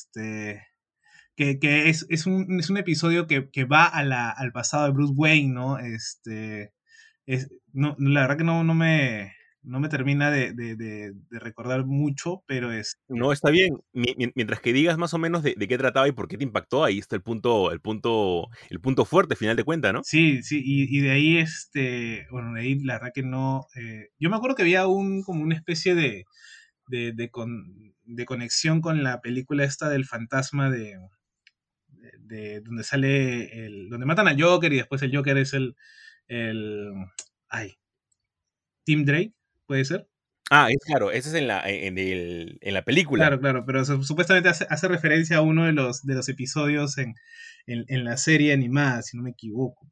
Que es un episodio que va al pasado de Bruce Wayne, ¿no? La verdad que no me termina de recordar mucho, pero No, está bien. Mientras que digas más o menos de qué trataba y por qué te impactó, ahí está el punto fuerte, final de cuenta, ¿no? sí, sí, y de ahí, bueno, de ahí la verdad que no, yo me acuerdo que había como una especie de conexión con la película esta del fantasma de donde sale donde matan al Joker y después el Joker es el ay, Tim Drake, ¿puede ser? Ah, es claro, ese es en la película. Claro, claro, pero supuestamente hace referencia a uno de los episodios en la serie animada, si no me equivoco,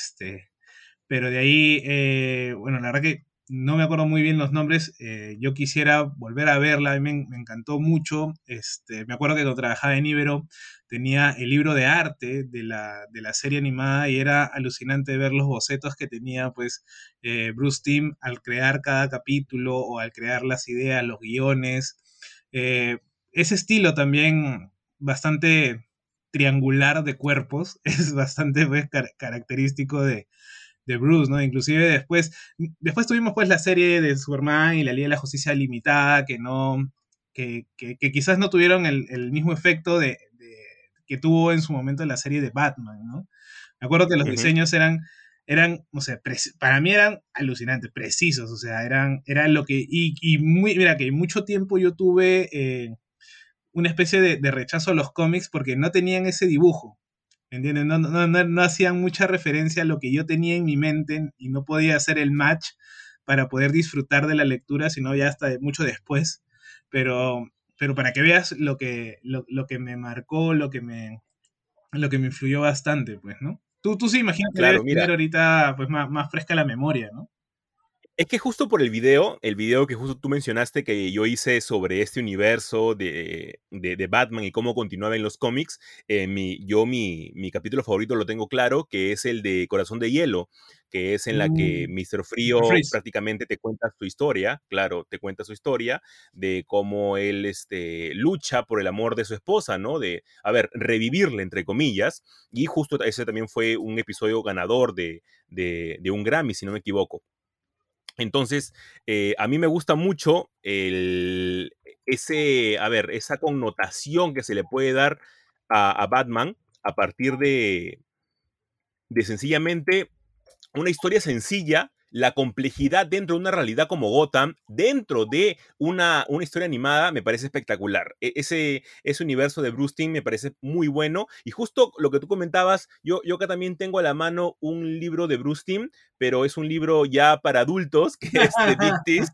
pero de ahí, bueno, la verdad que no me acuerdo muy bien los nombres, yo quisiera volver a verla, a mí me encantó mucho, me acuerdo que cuando trabajaba en Ibero tenía el libro de arte de la serie animada y era alucinante ver los bocetos que tenía pues Bruce Timm al crear cada capítulo o al crear las ideas, los guiones, eh, ese estilo también bastante triangular de cuerpos es bastante pues, característico de Bruce, ¿no? Inclusive después tuvimos pues la serie de Superman y la Liga de la Justicia Limitada que no, que quizás no tuvieron el mismo efecto que tuvo en su momento la serie de Batman, ¿no? Me acuerdo que los Ujú. diseños eran, no sé, para mí eran alucinantes, precisos, o sea, eran lo que, mira, que mucho tiempo yo tuve una especie de rechazo a los cómics porque no tenían ese dibujo, ¿entiendes? No hacían mucha referencia a lo que yo tenía en mi mente y no podía hacer el match para poder disfrutar de la lectura, sino ya hasta mucho después. Pero, pero para que veas lo que me marcó, lo que me influyó bastante, pues, ¿no? Tú sí, imagino que debes Claro, mira, tener ahorita pues, más fresca la memoria, ¿no? es que justo por el video que justo tú mencionaste que yo hice sobre este universo de Batman y cómo continuaba en los cómics, mi capítulo favorito lo tengo claro, que es el de Corazón de Hielo, que es en la que Mr. Mr. Frío Freeze. prácticamente te cuenta su historia, claro, te cuenta su historia de cómo él lucha por el amor de su esposa, ¿no? De, a ver, revivirle, entre comillas, y justo ese también fue un episodio ganador de un Grammy, si no me equivoco. Entonces, a mí me gusta mucho esa connotación que se le puede dar a Batman a partir de sencillamente una historia sencilla, la complejidad dentro de una realidad como Gotham, dentro de una historia animada, me parece espectacular. Ese universo de Bruce Timm me parece muy bueno. Y justo lo que tú comentabas, yo acá también tengo a la mano un libro de Bruce Timm, pero es un libro ya para adultos, que es de Big Tease,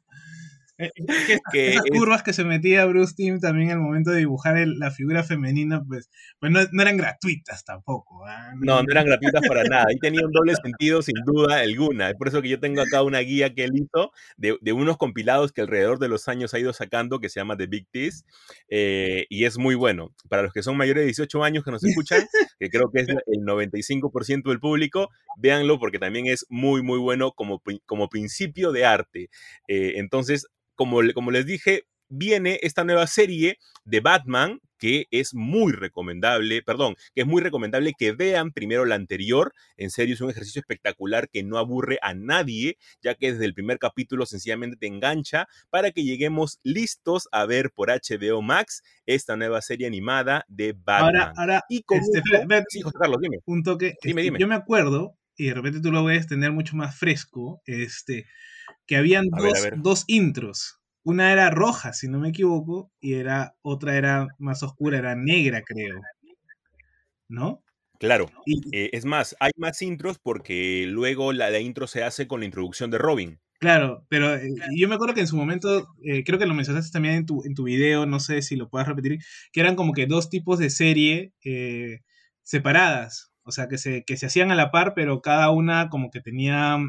Es que que esas es curvas que se metía Bruce Timm también al momento de dibujar la figura femenina, pues no eran gratuitas tampoco. ¿Ah? no, no eran gratuitas para nada. Ahí tenía un doble sentido sin duda alguna. Es por eso que yo tengo acá una guía que él hizo de unos compilados que alrededor de los años ha ido sacando, que se llama The Big Tease, y es muy bueno. Para los que son mayores de 18 años que nos escuchan, que creo que es el 95% del público, véanlo porque también es muy, muy bueno como principio de arte. Entonces, como les dije, viene esta nueva serie de Batman que es muy recomendable, perdón, que es muy recomendable que vean primero la anterior. En serio, es un ejercicio espectacular que no aburre a nadie, ya que desde el primer capítulo sencillamente te engancha para que lleguemos listos a ver por HBO Max esta nueva serie animada de Batman. Ahora, Y con eso, espera, sí, José Carlos, dime, un toque. dime. Yo me acuerdo, y de repente tú lo puedes tener mucho más fresco, que habían A ver, dos intros. Una era roja, si no me equivoco, y otra era más oscura, era negra, creo, ¿no? claro. Y Es más, hay más intros porque luego la intro se hace con la introducción de Robin. claro, pero yo me acuerdo que en su momento, creo que lo mencionaste también en tu video, no sé si lo puedas repetir, que eran como que dos tipos de serie separadas, o sea, que se hacían a la par, pero cada una como que tenía,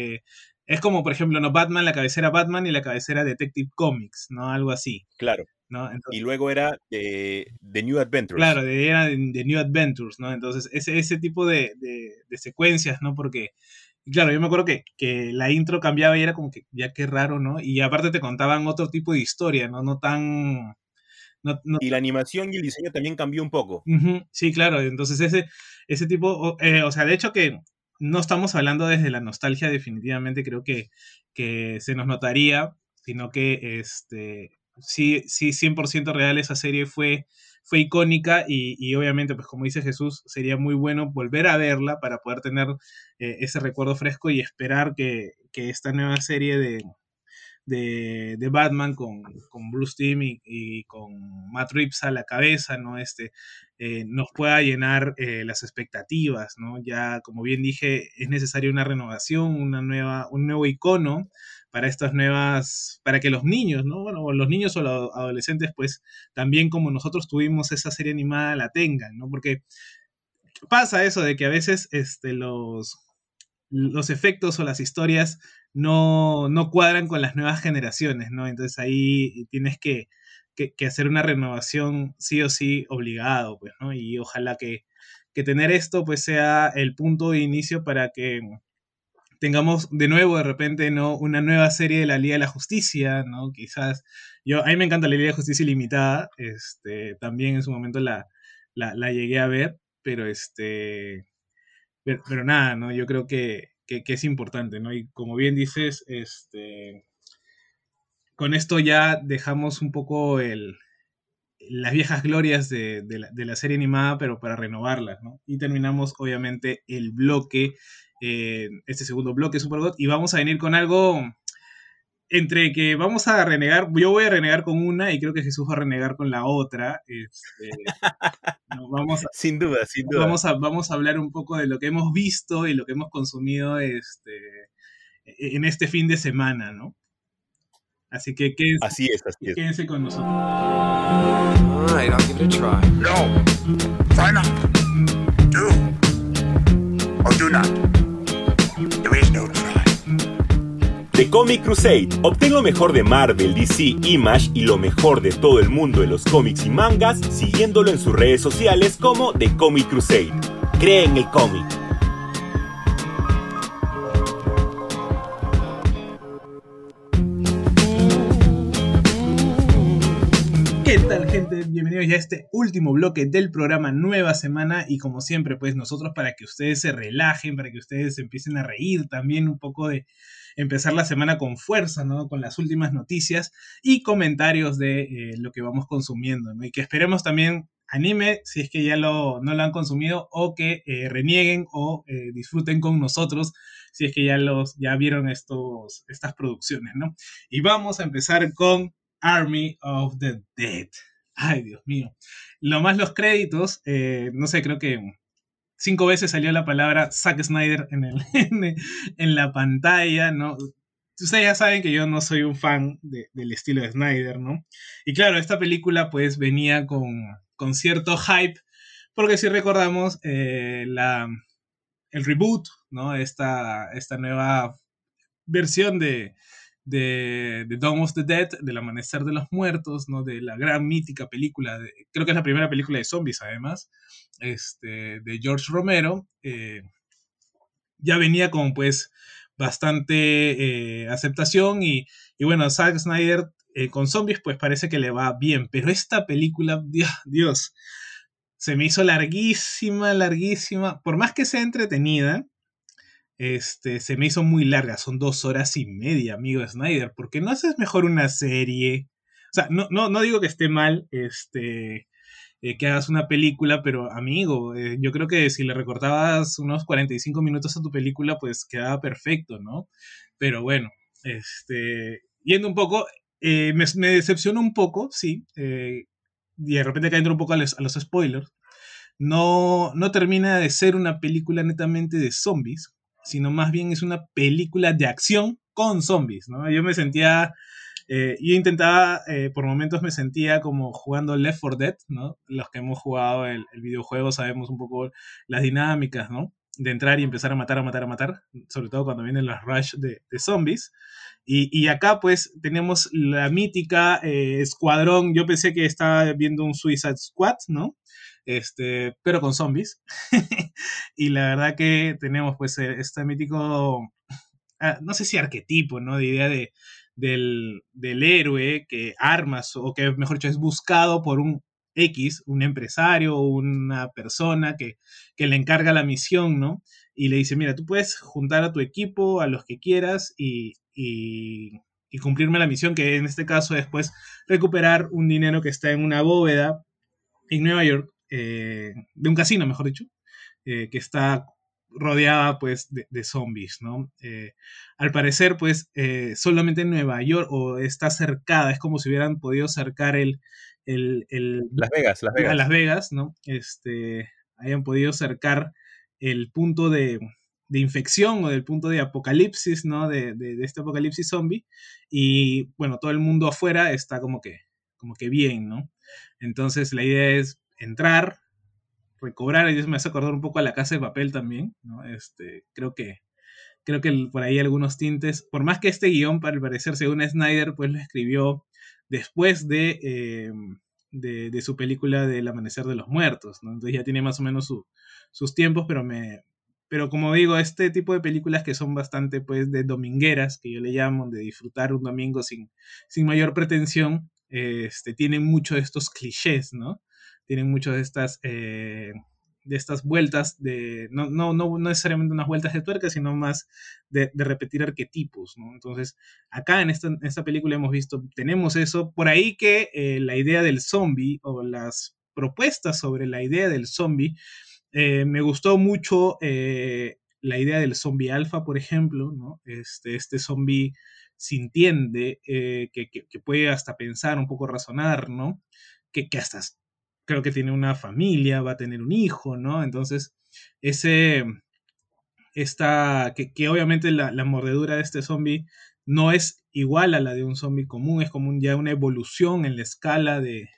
es como por ejemplo, ¿no? Batman, la cabecera Batman y la cabecera Detective Comics, ¿no? Algo así, Claro. ¿no? Y Entonces, luego era de New claro, Adventures. era de New Adventures, ¿no? Entonces, ese tipo de secuencias, ¿no? Porque y claro, yo me acuerdo que la intro cambiaba y era como que, ya qué raro, ¿no? Y aparte te contaban otro tipo de historia, ¿no? No tan... No, Y la animación y el diseño también cambió un poco. ujú, sí, claro, entonces ese tipo, o sea, de hecho que no estamos hablando desde la nostalgia, definitivamente creo que se nos notaría, sino que sí, sí, 100% real esa serie fue icónica y obviamente, pues como dice Jesús, sería muy bueno volver a verla para poder tener ese recuerdo fresco y esperar que esta nueva serie de Batman con Bruce Timm y con Matt Reeves a la cabeza, ¿no? nos pueda llenar las expectativas, ¿no? Ya, como bien dije, es necesaria una renovación, un nuevo icono para estas nuevas, para que los niños, ¿no? Bueno, los niños o los adolescentes, pues, también como nosotros tuvimos esa serie animada, la tengan, ¿no? Porque pasa eso de que a veces los efectos o las historias no cuadran con las nuevas generaciones, ¿no? Entonces ahí tienes que hacer una renovación sí o sí obligado, pues, ¿no? Y ojalá que tener esto pues sea el punto de inicio para que tengamos de nuevo de repente, ¿no? Una nueva serie de la Liga de la Justicia, ¿no? Quizás, a mí me encanta la Liga de la Justicia Ilimitada, también en su momento la llegué a ver, pero pero nada, ¿no? Yo creo que es importante, ¿no? Y como bien dices, con esto ya dejamos un poco las viejas glorias de la serie animada, pero para renovarlas, ¿no? Y terminamos, obviamente, el bloque, este segundo bloque Supergod, y vamos a venir con algo entre que vamos a renegar, yo voy a renegar con una y creo que Jesús va a renegar con la otra. No, Sin duda, sin duda. vamos a hablar un poco de lo que hemos visto y lo que hemos consumido en este fin de semana, ¿no? Así que Así es, así es. quédense con nosotros. All right, I'll give it a try. No. Try not. Do. Or do not. There is no try. The Comic Crusade. Obtén lo mejor de Marvel, DC, Image y lo mejor de todo el mundo de los cómics y mangas siguiéndolo en sus redes sociales como The Comic Crusade. Cree en el cómic. ¿Qué tal, gente? Bienvenidos ya a este último bloque del programa Nueva Semana, y como siempre, pues nosotros para que ustedes se relajen, para que ustedes empiecen a reír también un poco de empezar la semana con fuerza, ¿no? Con las últimas noticias y comentarios de lo que vamos consumiendo, ¿no? Y que esperemos también anime si es que ya no lo han consumido, o que renieguen o disfruten con nosotros si es que ya vieron estas producciones, ¿no? Y vamos a empezar con Army of the Dead. Ay, Dios mío. Lo más los créditos, no sé, creo que 5 veces salió la palabra Zack Snyder en la pantalla, ¿no? Ustedes ya saben que yo no soy un fan del estilo de Snyder, ¿no? Y claro, esta película pues venía con cierto hype, porque si recordamos el reboot, ¿no? Esta nueva versión de Dawn of the Dead, del Amanecer de los Muertos, ¿no? De la gran mítica película, creo que es la primera película de zombies además, de George Romero, ya venía con pues bastante aceptación, y bueno, Zack Snyder con zombies pues parece que le va bien, pero esta película, Dios, se me hizo larguísima, por más que sea entretenida, se me hizo muy larga, son 2 horas y media, amigo Snyder. ¿Por qué no haces mejor una serie? O sea, no digo que esté mal, que hagas una película, pero amigo, yo creo que si le recortabas unos 45 minutos a tu película, pues quedaba perfecto, ¿no? Pero bueno, yendo un poco, me decepcionó un poco, sí, y de repente acá entro un poco a los spoilers. No termina de ser una película netamente de zombies, sino más bien es una película de acción con zombies, ¿no? Yo me sentía, yo intentaba, por momentos me sentía como jugando Left 4 Dead, ¿no? Los que hemos jugado el videojuego sabemos un poco las dinámicas, ¿no? De entrar y empezar a matar, sobre todo cuando vienen las rush de zombies. Y acá pues tenemos la mítica escuadrón, yo pensé que estaba viendo un Suicide Squad, ¿no? Pero con zombies. Y la verdad que tenemos pues este mítico, no sé si arquetipo, ¿no? De idea del héroe que armas, o que mejor dicho es buscado por un empresario o una persona que le encarga la misión, ¿no? Y le dice, mira, tú puedes juntar a tu equipo, a los que quieras, y cumplirme la misión, que en este caso es pues recuperar un dinero que está en una bóveda en Nueva York, de un casino, mejor dicho, que está rodeada pues de zombies, ¿no? Al parecer pues solamente en Nueva York o está cercada, es como si hubieran podido cercar el Las Vegas, Las a Las Vegas. Vegas, ¿no? Hayan podido cercar el punto de infección o del punto de apocalipsis, ¿no? De este apocalipsis zombie. Y bueno, todo el mundo afuera está como que bien, ¿no? Entonces la idea es entrar, recobrar, y eso me hace acordar un poco a La Casa de Papel también, ¿no? Creo que por ahí algunos tintes, por más que este guión, para el parecer, según Snyder, pues lo escribió después de su película del Amanecer de los Muertos, ¿no? Entonces ya tiene más o menos sus tiempos, pero como digo, este tipo de películas que son bastante pues de domingueras, que yo le llamo, de disfrutar un domingo sin mayor pretensión, tienen mucho de estos clichés, ¿no? Tienen mucho de estas vueltas, no necesariamente unas vueltas de tuerca, sino más de repetir arquetipos, ¿no? Entonces, acá en esta película hemos visto, tenemos eso, por ahí que la idea del zombie o las propuestas sobre la idea del zombie, me gustó mucho la idea del zombie alfa, por ejemplo, ¿no? Este zombie sintiente, que puede hasta pensar, un poco razonar, ¿no? Que hasta creo que tiene una familia, va a tener un hijo, ¿no? Entonces, ese, que obviamente la mordedura de este zombie no es igual a la de un zombie común, es como ya una evolución en la escala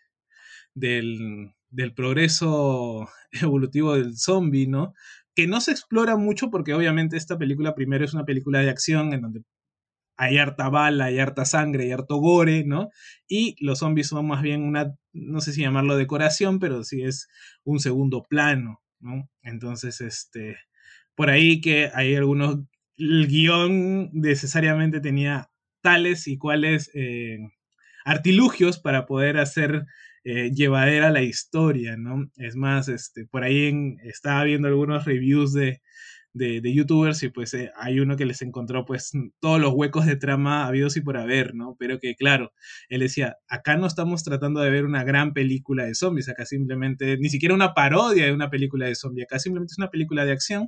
del progreso evolutivo del zombie, ¿no? Que no se explora mucho porque obviamente esta película primero es una película de acción en donde hay harta bala, hay harta sangre, hay harto gore, ¿no? Y los zombies son más bien una, no sé si llamarlo decoración, pero sí es un segundo plano, ¿no? Entonces, por ahí que hay algunos, el guión necesariamente tenía tales y cuales artilugios para poder hacer llevadera la historia, ¿no? Es más, por ahí estaba viendo algunos reviews de youtubers y pues hay uno que les encontró pues todos los huecos de trama habidos y por haber, ¿no? Pero que claro, él decía, acá no estamos tratando de ver una gran película de zombies, acá simplemente, ni siquiera una parodia de una película de zombies, acá simplemente es una película de acción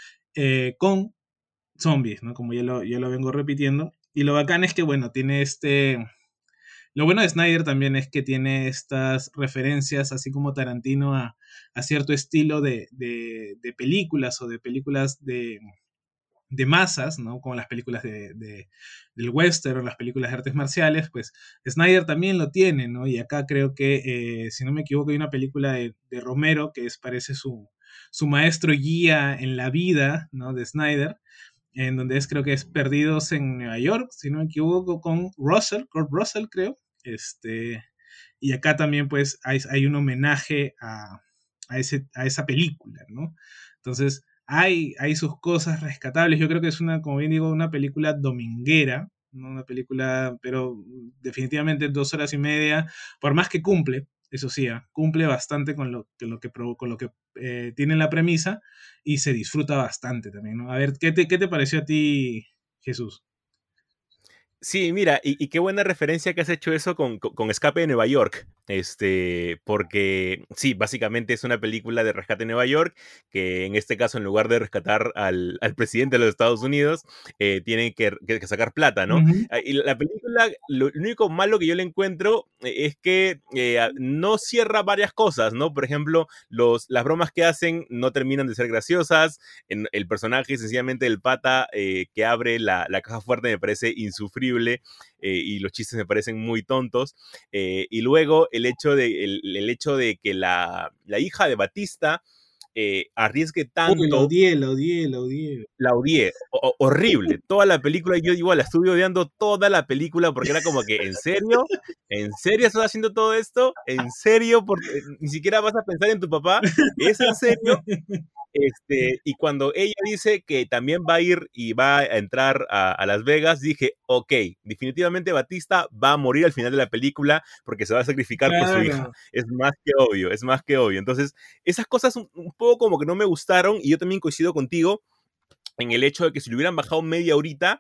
con zombies, ¿no? Como yo lo vengo repitiendo. Y lo bacán es que, bueno, tiene lo bueno de Snyder también es que tiene estas referencias, así como Tarantino, a cierto estilo de películas o de películas de masas, ¿no? Como las películas del western o las películas de artes marciales, pues Snyder también lo tiene, ¿no? Y acá creo que, si no me equivoco, hay una película de Romero que parece su maestro guía en la vida, ¿no? De Snyder, en donde creo que es Perdidos en Nueva York, si no me equivoco, con Kurt Russell, creo. Y acá también pues hay un homenaje a esa película, ¿no? Entonces hay sus cosas rescatables. Yo creo que es como bien digo, una película dominguera, ¿no? Una película, pero definitivamente 2 horas y media, por más que cumple, eso sí, cumple bastante con lo que tiene la premisa y se disfruta bastante también, ¿no? A ver, qué te pareció a ti, Jesús? Sí, mira, y qué buena referencia que has hecho eso con Escape de Nueva York. Porque sí, básicamente es una película de rescate en Nueva York, que en este caso, en lugar de rescatar al presidente de los Estados Unidos, tienen que sacar plata, ¿no? Ujú. Y la película, lo único malo que yo le encuentro es que no cierra varias cosas, ¿no? Por ejemplo, las bromas que hacen no terminan de ser graciosas. El personaje, sencillamente, el pata que abre la caja fuerte me parece insufrible. Y los chistes me parecen muy tontos. Y luego el hecho de que la hija de Batista arriesgue Uy, tanto, la odié, la odié. la odié, horrible. Toda la película, yo igual la estuve odiando toda la película porque era como que, ¿En serio estás haciendo todo esto? ¿En serio? Ni siquiera vas a pensar en tu papá. ¿Es en serio? Y cuando ella dice que también va a ir y va a entrar a Las Vegas, dije, ok, definitivamente Batista va a morir al final de la película porque se va a sacrificar por su hija. Claro. Es más que obvio, es más que obvio. Entonces, esas cosas un poco como que no me gustaron y yo también coincido contigo en el hecho de que si le hubieran bajado media horita,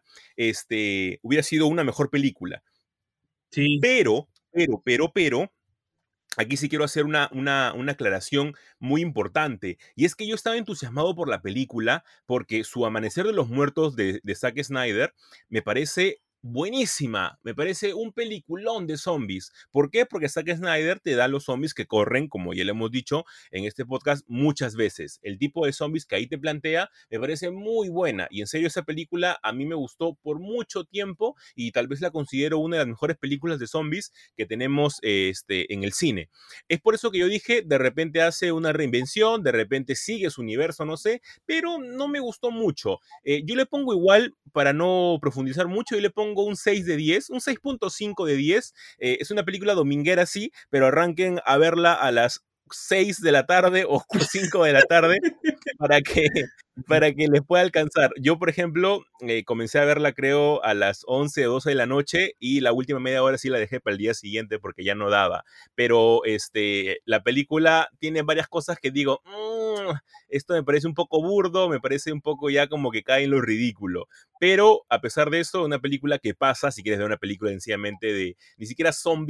hubiera sido una mejor película. Sí. Pero, aquí sí quiero hacer una aclaración muy importante. Y es que yo estaba entusiasmado por la película porque su Amanecer de los Muertos de Zack Snyder me parece buenísima. Me parece un peliculón de zombies. ¿Por qué? Porque Zack Snyder te da los zombies que corren, como ya le hemos dicho en este podcast muchas veces. El tipo de zombies que ahí te plantea me parece muy buena. Y en serio, esa película a mí me gustó por mucho tiempo y tal vez la considero una de las mejores películas de zombies que tenemos en el cine. Es por eso que yo dije, de repente hace una reinvención, de repente sigue su universo, no sé, pero no me gustó mucho. Yo le pongo igual, para no profundizar mucho, yo le pongo un 6 de 10, un 6.5 de 10. Es una película dominguera, sí, pero arranquen a verla a las 6 de la tarde o 5 de la tarde para que, para que les pueda alcanzar. Yo, por ejemplo, comencé a verla creo a las 11 o 12 de la noche y la última media hora sí la dejé para el día siguiente porque ya no daba. Pero la película tiene varias cosas que digo, esto me parece un poco burdo, me parece un poco ya como que cae en lo ridículo. Pero a pesar de eso, una película que pasa, si quieres ver una película sencillamente de ni siquiera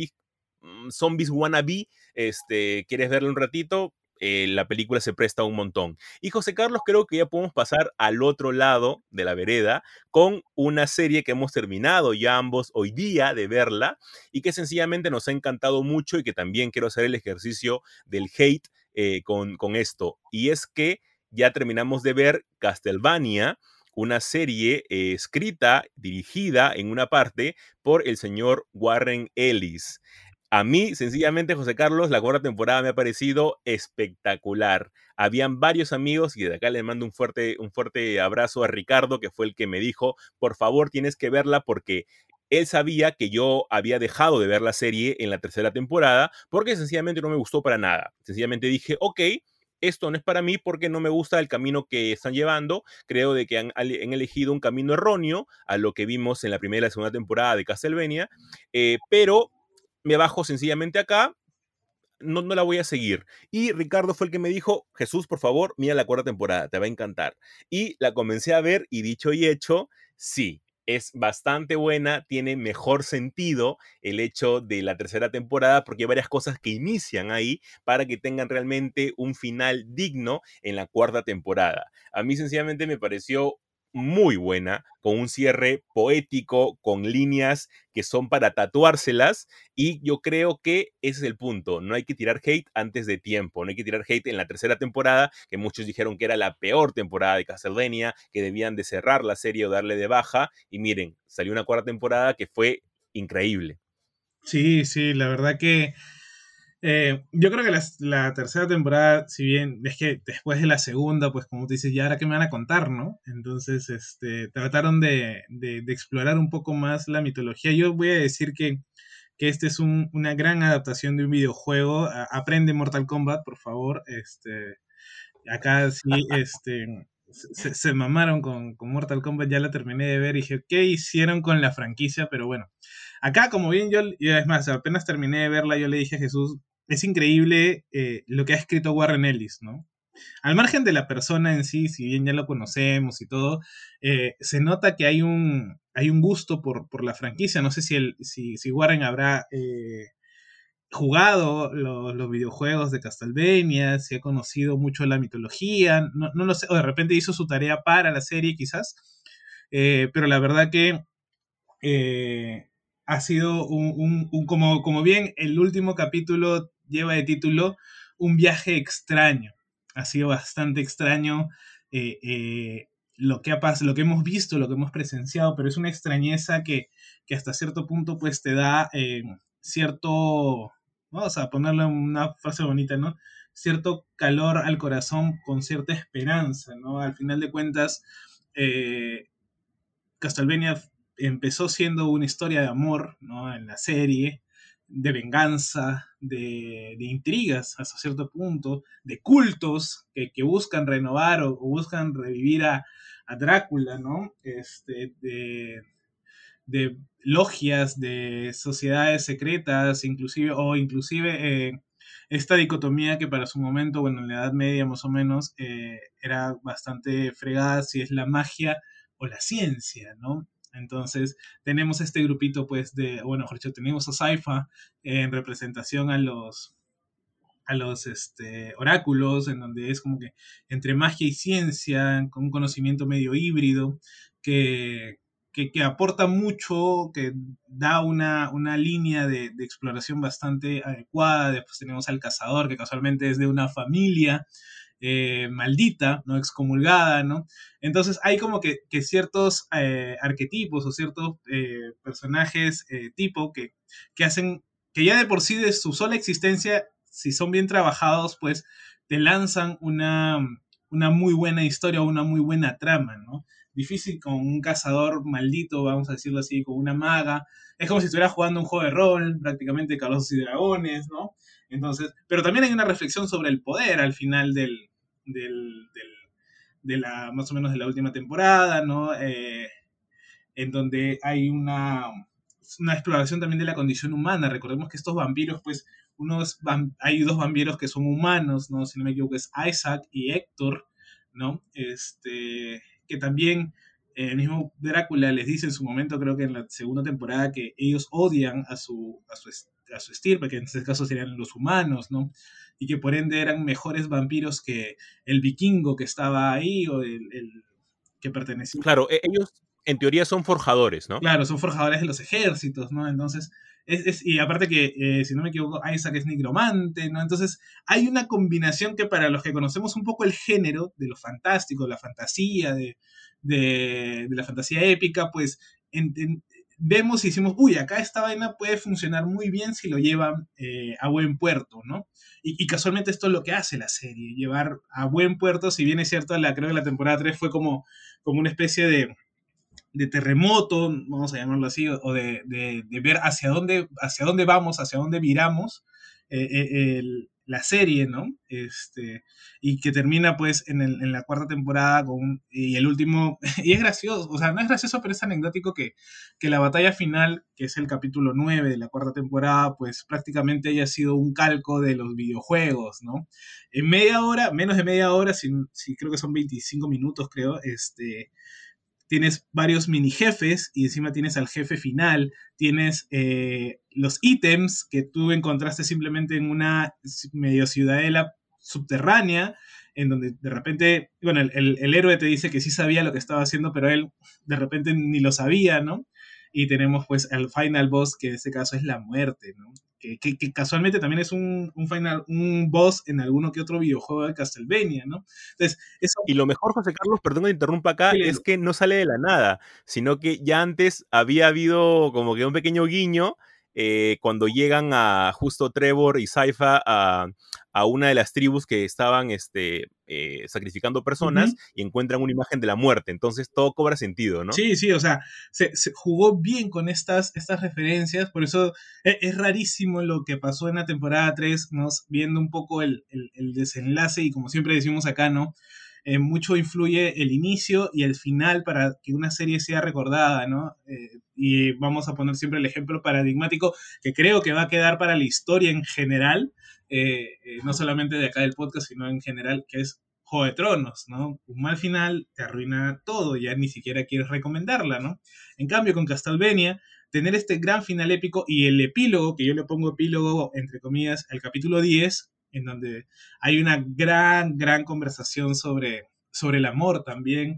zombies wannabe, quieres verla un ratito, la película se presta un montón. Y José Carlos, creo que ya podemos pasar al otro lado de la vereda con una serie que hemos terminado ya ambos hoy día de verla y que sencillamente nos ha encantado mucho y que también quiero hacer el ejercicio del hate con esto. Y es que ya terminamos de ver Castlevania, una serie escrita, dirigida en una parte por el señor Warren Ellis. A mí, sencillamente, José Carlos, la cuarta temporada me ha parecido espectacular. Habían varios amigos, y de acá le mando un fuerte abrazo a Ricardo, que fue el que me dijo, por favor, tienes que verla porque él sabía que yo había dejado de ver la serie en la tercera temporada, porque sencillamente no me gustó para nada. Sencillamente dije, ok, esto no es para mí porque no me gusta el camino que están llevando. Creo de que han elegido un camino erróneo a lo que vimos en la primera y la segunda temporada de Castlevania, pero me bajo sencillamente acá, no la voy a seguir. Y Ricardo fue el que me dijo, Jesús, por favor, mira la cuarta temporada, te va a encantar. Y la comencé a ver y dicho y hecho, sí, es bastante buena, tiene mejor sentido el hecho de la tercera temporada porque hay varias cosas que inician ahí para que tengan realmente un final digno en la cuarta temporada. A mí sencillamente me pareció muy buena, con un cierre poético, con líneas que son para tatuárselas, y yo creo que ese es el punto. No hay que tirar hate antes de tiempo. No hay que tirar hate en la tercera temporada, que muchos dijeron que era la peor temporada de Castlevania, que debían de cerrar la serie o darle de baja. Y miren, salió una cuarta temporada que fue increíble. Sí, sí, la verdad que yo creo que la tercera temporada, si bien es que después de la segunda, pues como tú dices, ya ahora que me van a contar, ¿no? Entonces, trataron de explorar un poco más la mitología. Yo voy a decir que este es una gran adaptación de un videojuego. Aprende Mortal Kombat, por favor. Acá sí, se mamaron con Mortal Kombat, ya la terminé de ver y dije, ¿qué hicieron con la franquicia? Pero bueno, acá como bien y es más, apenas terminé de verla, yo le dije a Jesús, es increíble lo que ha escrito Warren Ellis, ¿no? Al margen de la persona en sí, si bien ya lo conocemos y todo, se nota que hay un gusto por la franquicia. No sé si Warren habrá jugado los videojuegos de Castlevania, si ha conocido mucho la mitología, no lo sé, o de repente hizo su tarea para la serie quizás, pero la verdad que eh, ha sido como bien el último capítulo lleva de título, un viaje extraño. Ha sido bastante extraño lo que lo que hemos visto, lo que hemos presenciado, pero es una extrañeza que hasta cierto punto pues te da cierto, vamos a ponerle una frase bonita, ¿no? Cierto calor al corazón con cierta esperanza, ¿no? Al final de cuentas, Castlevania empezó siendo una historia de amor, ¿no? En la serie, de venganza, de intrigas hasta cierto punto, de cultos que buscan renovar o buscan revivir a Drácula, ¿no? De logias, de sociedades secretas, inclusive esta dicotomía que para su momento, bueno, en la Edad Media más o menos, era bastante fregada si es la magia o la ciencia, ¿no? Entonces tenemos este grupito, pues, bueno, mejor dicho, tenemos a Saifa en representación a los oráculos, en donde es como que entre magia y ciencia, con un conocimiento medio híbrido, que, que aporta mucho, que da una línea de exploración bastante adecuada. Después tenemos al cazador, que casualmente es de una familia maldita, ¿no? Excomulgada, ¿no? Entonces hay como que ciertos arquetipos o ciertos personajes tipo que hacen que ya de por sí de su sola existencia, si son bien trabajados, pues te lanzan una muy buena historia, una muy buena trama, ¿no? Difícil con un cazador maldito, vamos a decirlo así, con una maga. Es como si estuviera jugando un juego de rol, prácticamente Calabozos y Dragones, ¿no? Entonces, pero también hay una reflexión sobre el poder al final del, de la, más o menos de la última temporada, ¿no? En donde hay una exploración también de la condición humana. Recordemos que estos vampiros, pues, hay dos vampiros que son humanos, ¿no? Si no me equivoco, es Isaac y Héctor, ¿no? Que también el mismo Drácula les dice en su momento, creo que en la segunda temporada, que ellos odian a su estirpe, que en este caso serían los humanos, ¿no? Y que por ende eran mejores vampiros que el vikingo que estaba ahí o el que pertenecía. Claro, ellos en teoría son forjadores, ¿no? Claro, son forjadores de los ejércitos, ¿no? Entonces, y aparte que, si no me equivoco, Isaac es nigromante, ¿no? Entonces, hay una combinación que para los que conocemos un poco el género de lo fantástico, la fantasía, de la fantasía épica, pues vemos y decimos, uy, acá esta vaina puede funcionar muy bien si lo llevan a buen puerto, ¿no? Y casualmente esto es lo que hace la serie, llevar a buen puerto, si bien es cierto, creo que la temporada 3 fue como una especie de terremoto, vamos a llamarlo así, o de ver hacia dónde vamos, hacia dónde viramos la serie, ¿no? Y que termina pues en la cuarta temporada y el último, y es gracioso, o sea, no es gracioso, pero es anecdótico que la batalla final, que es el capítulo 9 de la cuarta temporada, pues prácticamente haya sido un calco de los videojuegos, ¿no? En media hora, menos de media hora, si creo que son 25 minutos, creo, tienes varios mini jefes y encima tienes al jefe final, tienes los ítems que tú encontraste simplemente en una medio ciudadela subterránea, en donde de repente, bueno, el héroe te dice que sí sabía lo que estaba haciendo, pero él de repente ni lo sabía, ¿no? Y tenemos pues el final boss, que en este caso es la muerte, ¿no? Que casualmente también es un boss en alguno que otro videojuego de Castlevania, ¿no? Entonces, eso... Y lo mejor, José Carlos, perdón que interrumpa acá, Sí, es que no sale de la nada, sino que ya antes había habido como que un pequeño guiño cuando llegan a justo Trevor y Sypha a una de las tribus que estaban sacrificando personas y encuentran una imagen de la muerte. Entonces todo cobra sentido, ¿no? Sí, sí, o sea, se jugó bien con estas referencias, por eso es rarísimo lo que pasó en la temporada 3, ¿no? Viendo un poco el desenlace y como siempre decimos acá, ¿no? Mucho influye el inicio y el final para que una serie sea recordada, ¿no? Y vamos a poner siempre el ejemplo paradigmático que creo que va a quedar para la historia en general, no solamente de acá del podcast, sino en general, que es Juego de Tronos, ¿no? Un mal final te arruina todo, ya ni siquiera quieres recomendarla, ¿no? En cambio, con Castlevania, tener este gran final épico y el epílogo, que yo le pongo epílogo, entre comillas, al capítulo 10, en donde hay una gran conversación sobre el amor también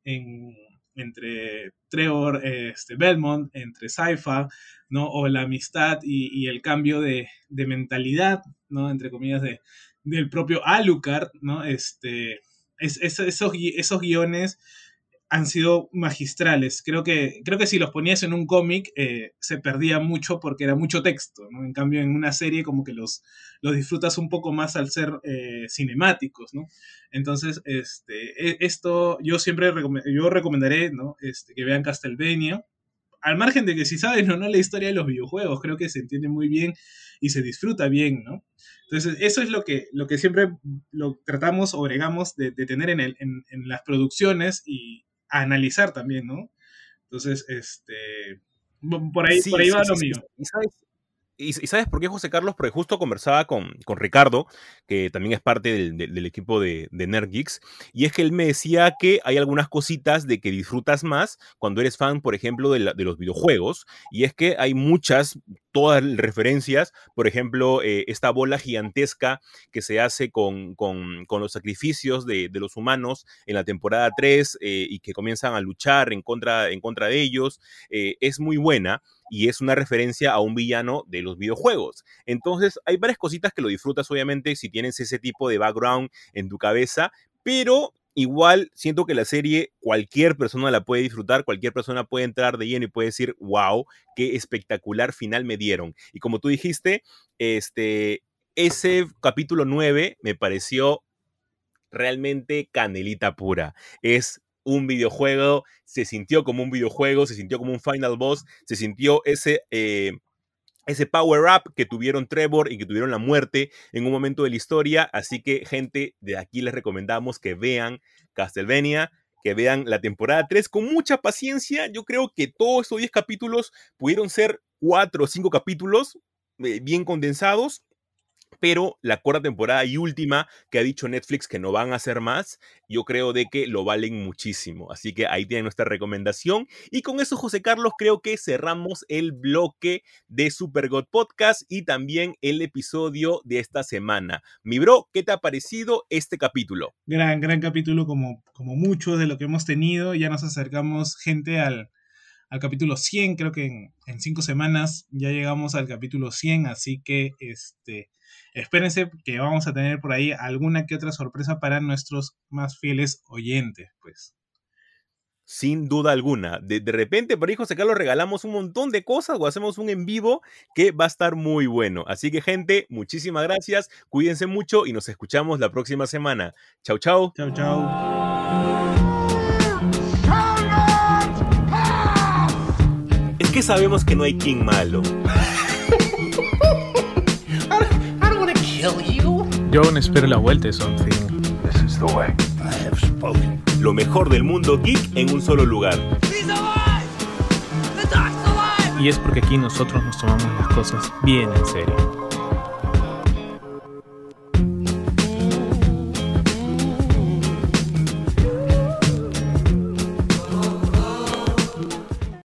entre Trevor Belmont, entre Sypha, ¿no? O la amistad y el cambio de mentalidad, ¿no? Entre comillas, del propio Alucard, ¿no? Esos guiones han sido magistrales. Creo que si los ponías en un cómic se perdía mucho porque era mucho texto, ¿no? En cambio, en una serie como que los disfrutas un poco más al ser cinemáticos, ¿no? Entonces, esto yo siempre recomendaré, ¿no? Que vean Castlevania. Al margen de que si saben o no la historia de los videojuegos, creo que se entiende muy bien y se disfruta bien, ¿no? Entonces, eso es lo que siempre lo tratamos o bregamos de tener en las producciones y a analizar también, ¿no? Entonces, por ahí va lo mío. ¿Y sabes por qué, José Carlos? Porque justo conversaba con Ricardo, que también es parte del equipo de Nerd Geeks, y es que él me decía que hay algunas cositas de que disfrutas más cuando eres fan, por ejemplo, de los videojuegos, y es que hay muchas todas las referencias, por ejemplo, esta bola gigantesca que se hace con los sacrificios de los humanos en la temporada 3 y que comienzan a luchar en contra de ellos, es muy buena y es una referencia a un villano de los videojuegos. Entonces, hay varias cositas que lo disfrutas, obviamente, si tienes ese tipo de background en tu cabeza, pero igual siento que la serie cualquier persona la puede disfrutar, cualquier persona puede entrar de lleno y puede decir, wow, qué espectacular final me dieron. Y como tú dijiste, ese capítulo 9 me pareció realmente canelita pura. Es un videojuego, se sintió como un videojuego, se sintió como un final boss, se sintió ese power-up que tuvieron Trevor y que tuvieron la muerte en un momento de la historia. Así que, gente, de aquí les recomendamos que vean Castlevania, que vean la temporada 3 con mucha paciencia. Yo creo que todos estos 10 capítulos pudieron ser 4 o 5 capítulos bien condensados, pero la cuarta temporada y última que ha dicho Netflix que no van a hacer más, yo creo de que lo valen muchísimo. Así que ahí tienen nuestra recomendación. Y con eso, José Carlos, creo que cerramos el bloque de Super God Podcast y también el episodio de esta semana. Mi bro, ¿qué te ha parecido este capítulo? Gran capítulo, como mucho de lo que hemos tenido. Ya nos acercamos, gente, al capítulo 100. Creo que en 5 semanas ya llegamos al capítulo 100. Así que espérense que vamos a tener por ahí alguna que otra sorpresa para nuestros más fieles oyentes, pues. Sin duda alguna. De repente, por ahí, José Carlos, regalamos un montón de cosas o hacemos un en vivo que va a estar muy bueno. Así que, gente, muchísimas gracias. Cuídense mucho y nos escuchamos la próxima semana. Chau, chau. Chau, chau. Es que sabemos que no hay king malo. Yo aún espero la vuelta de Something. This is the way. I have spoken. Lo mejor del mundo geek en un solo lugar. He's alive! The Doc's alive! Y es porque aquí nosotros nos tomamos las cosas bien en serio.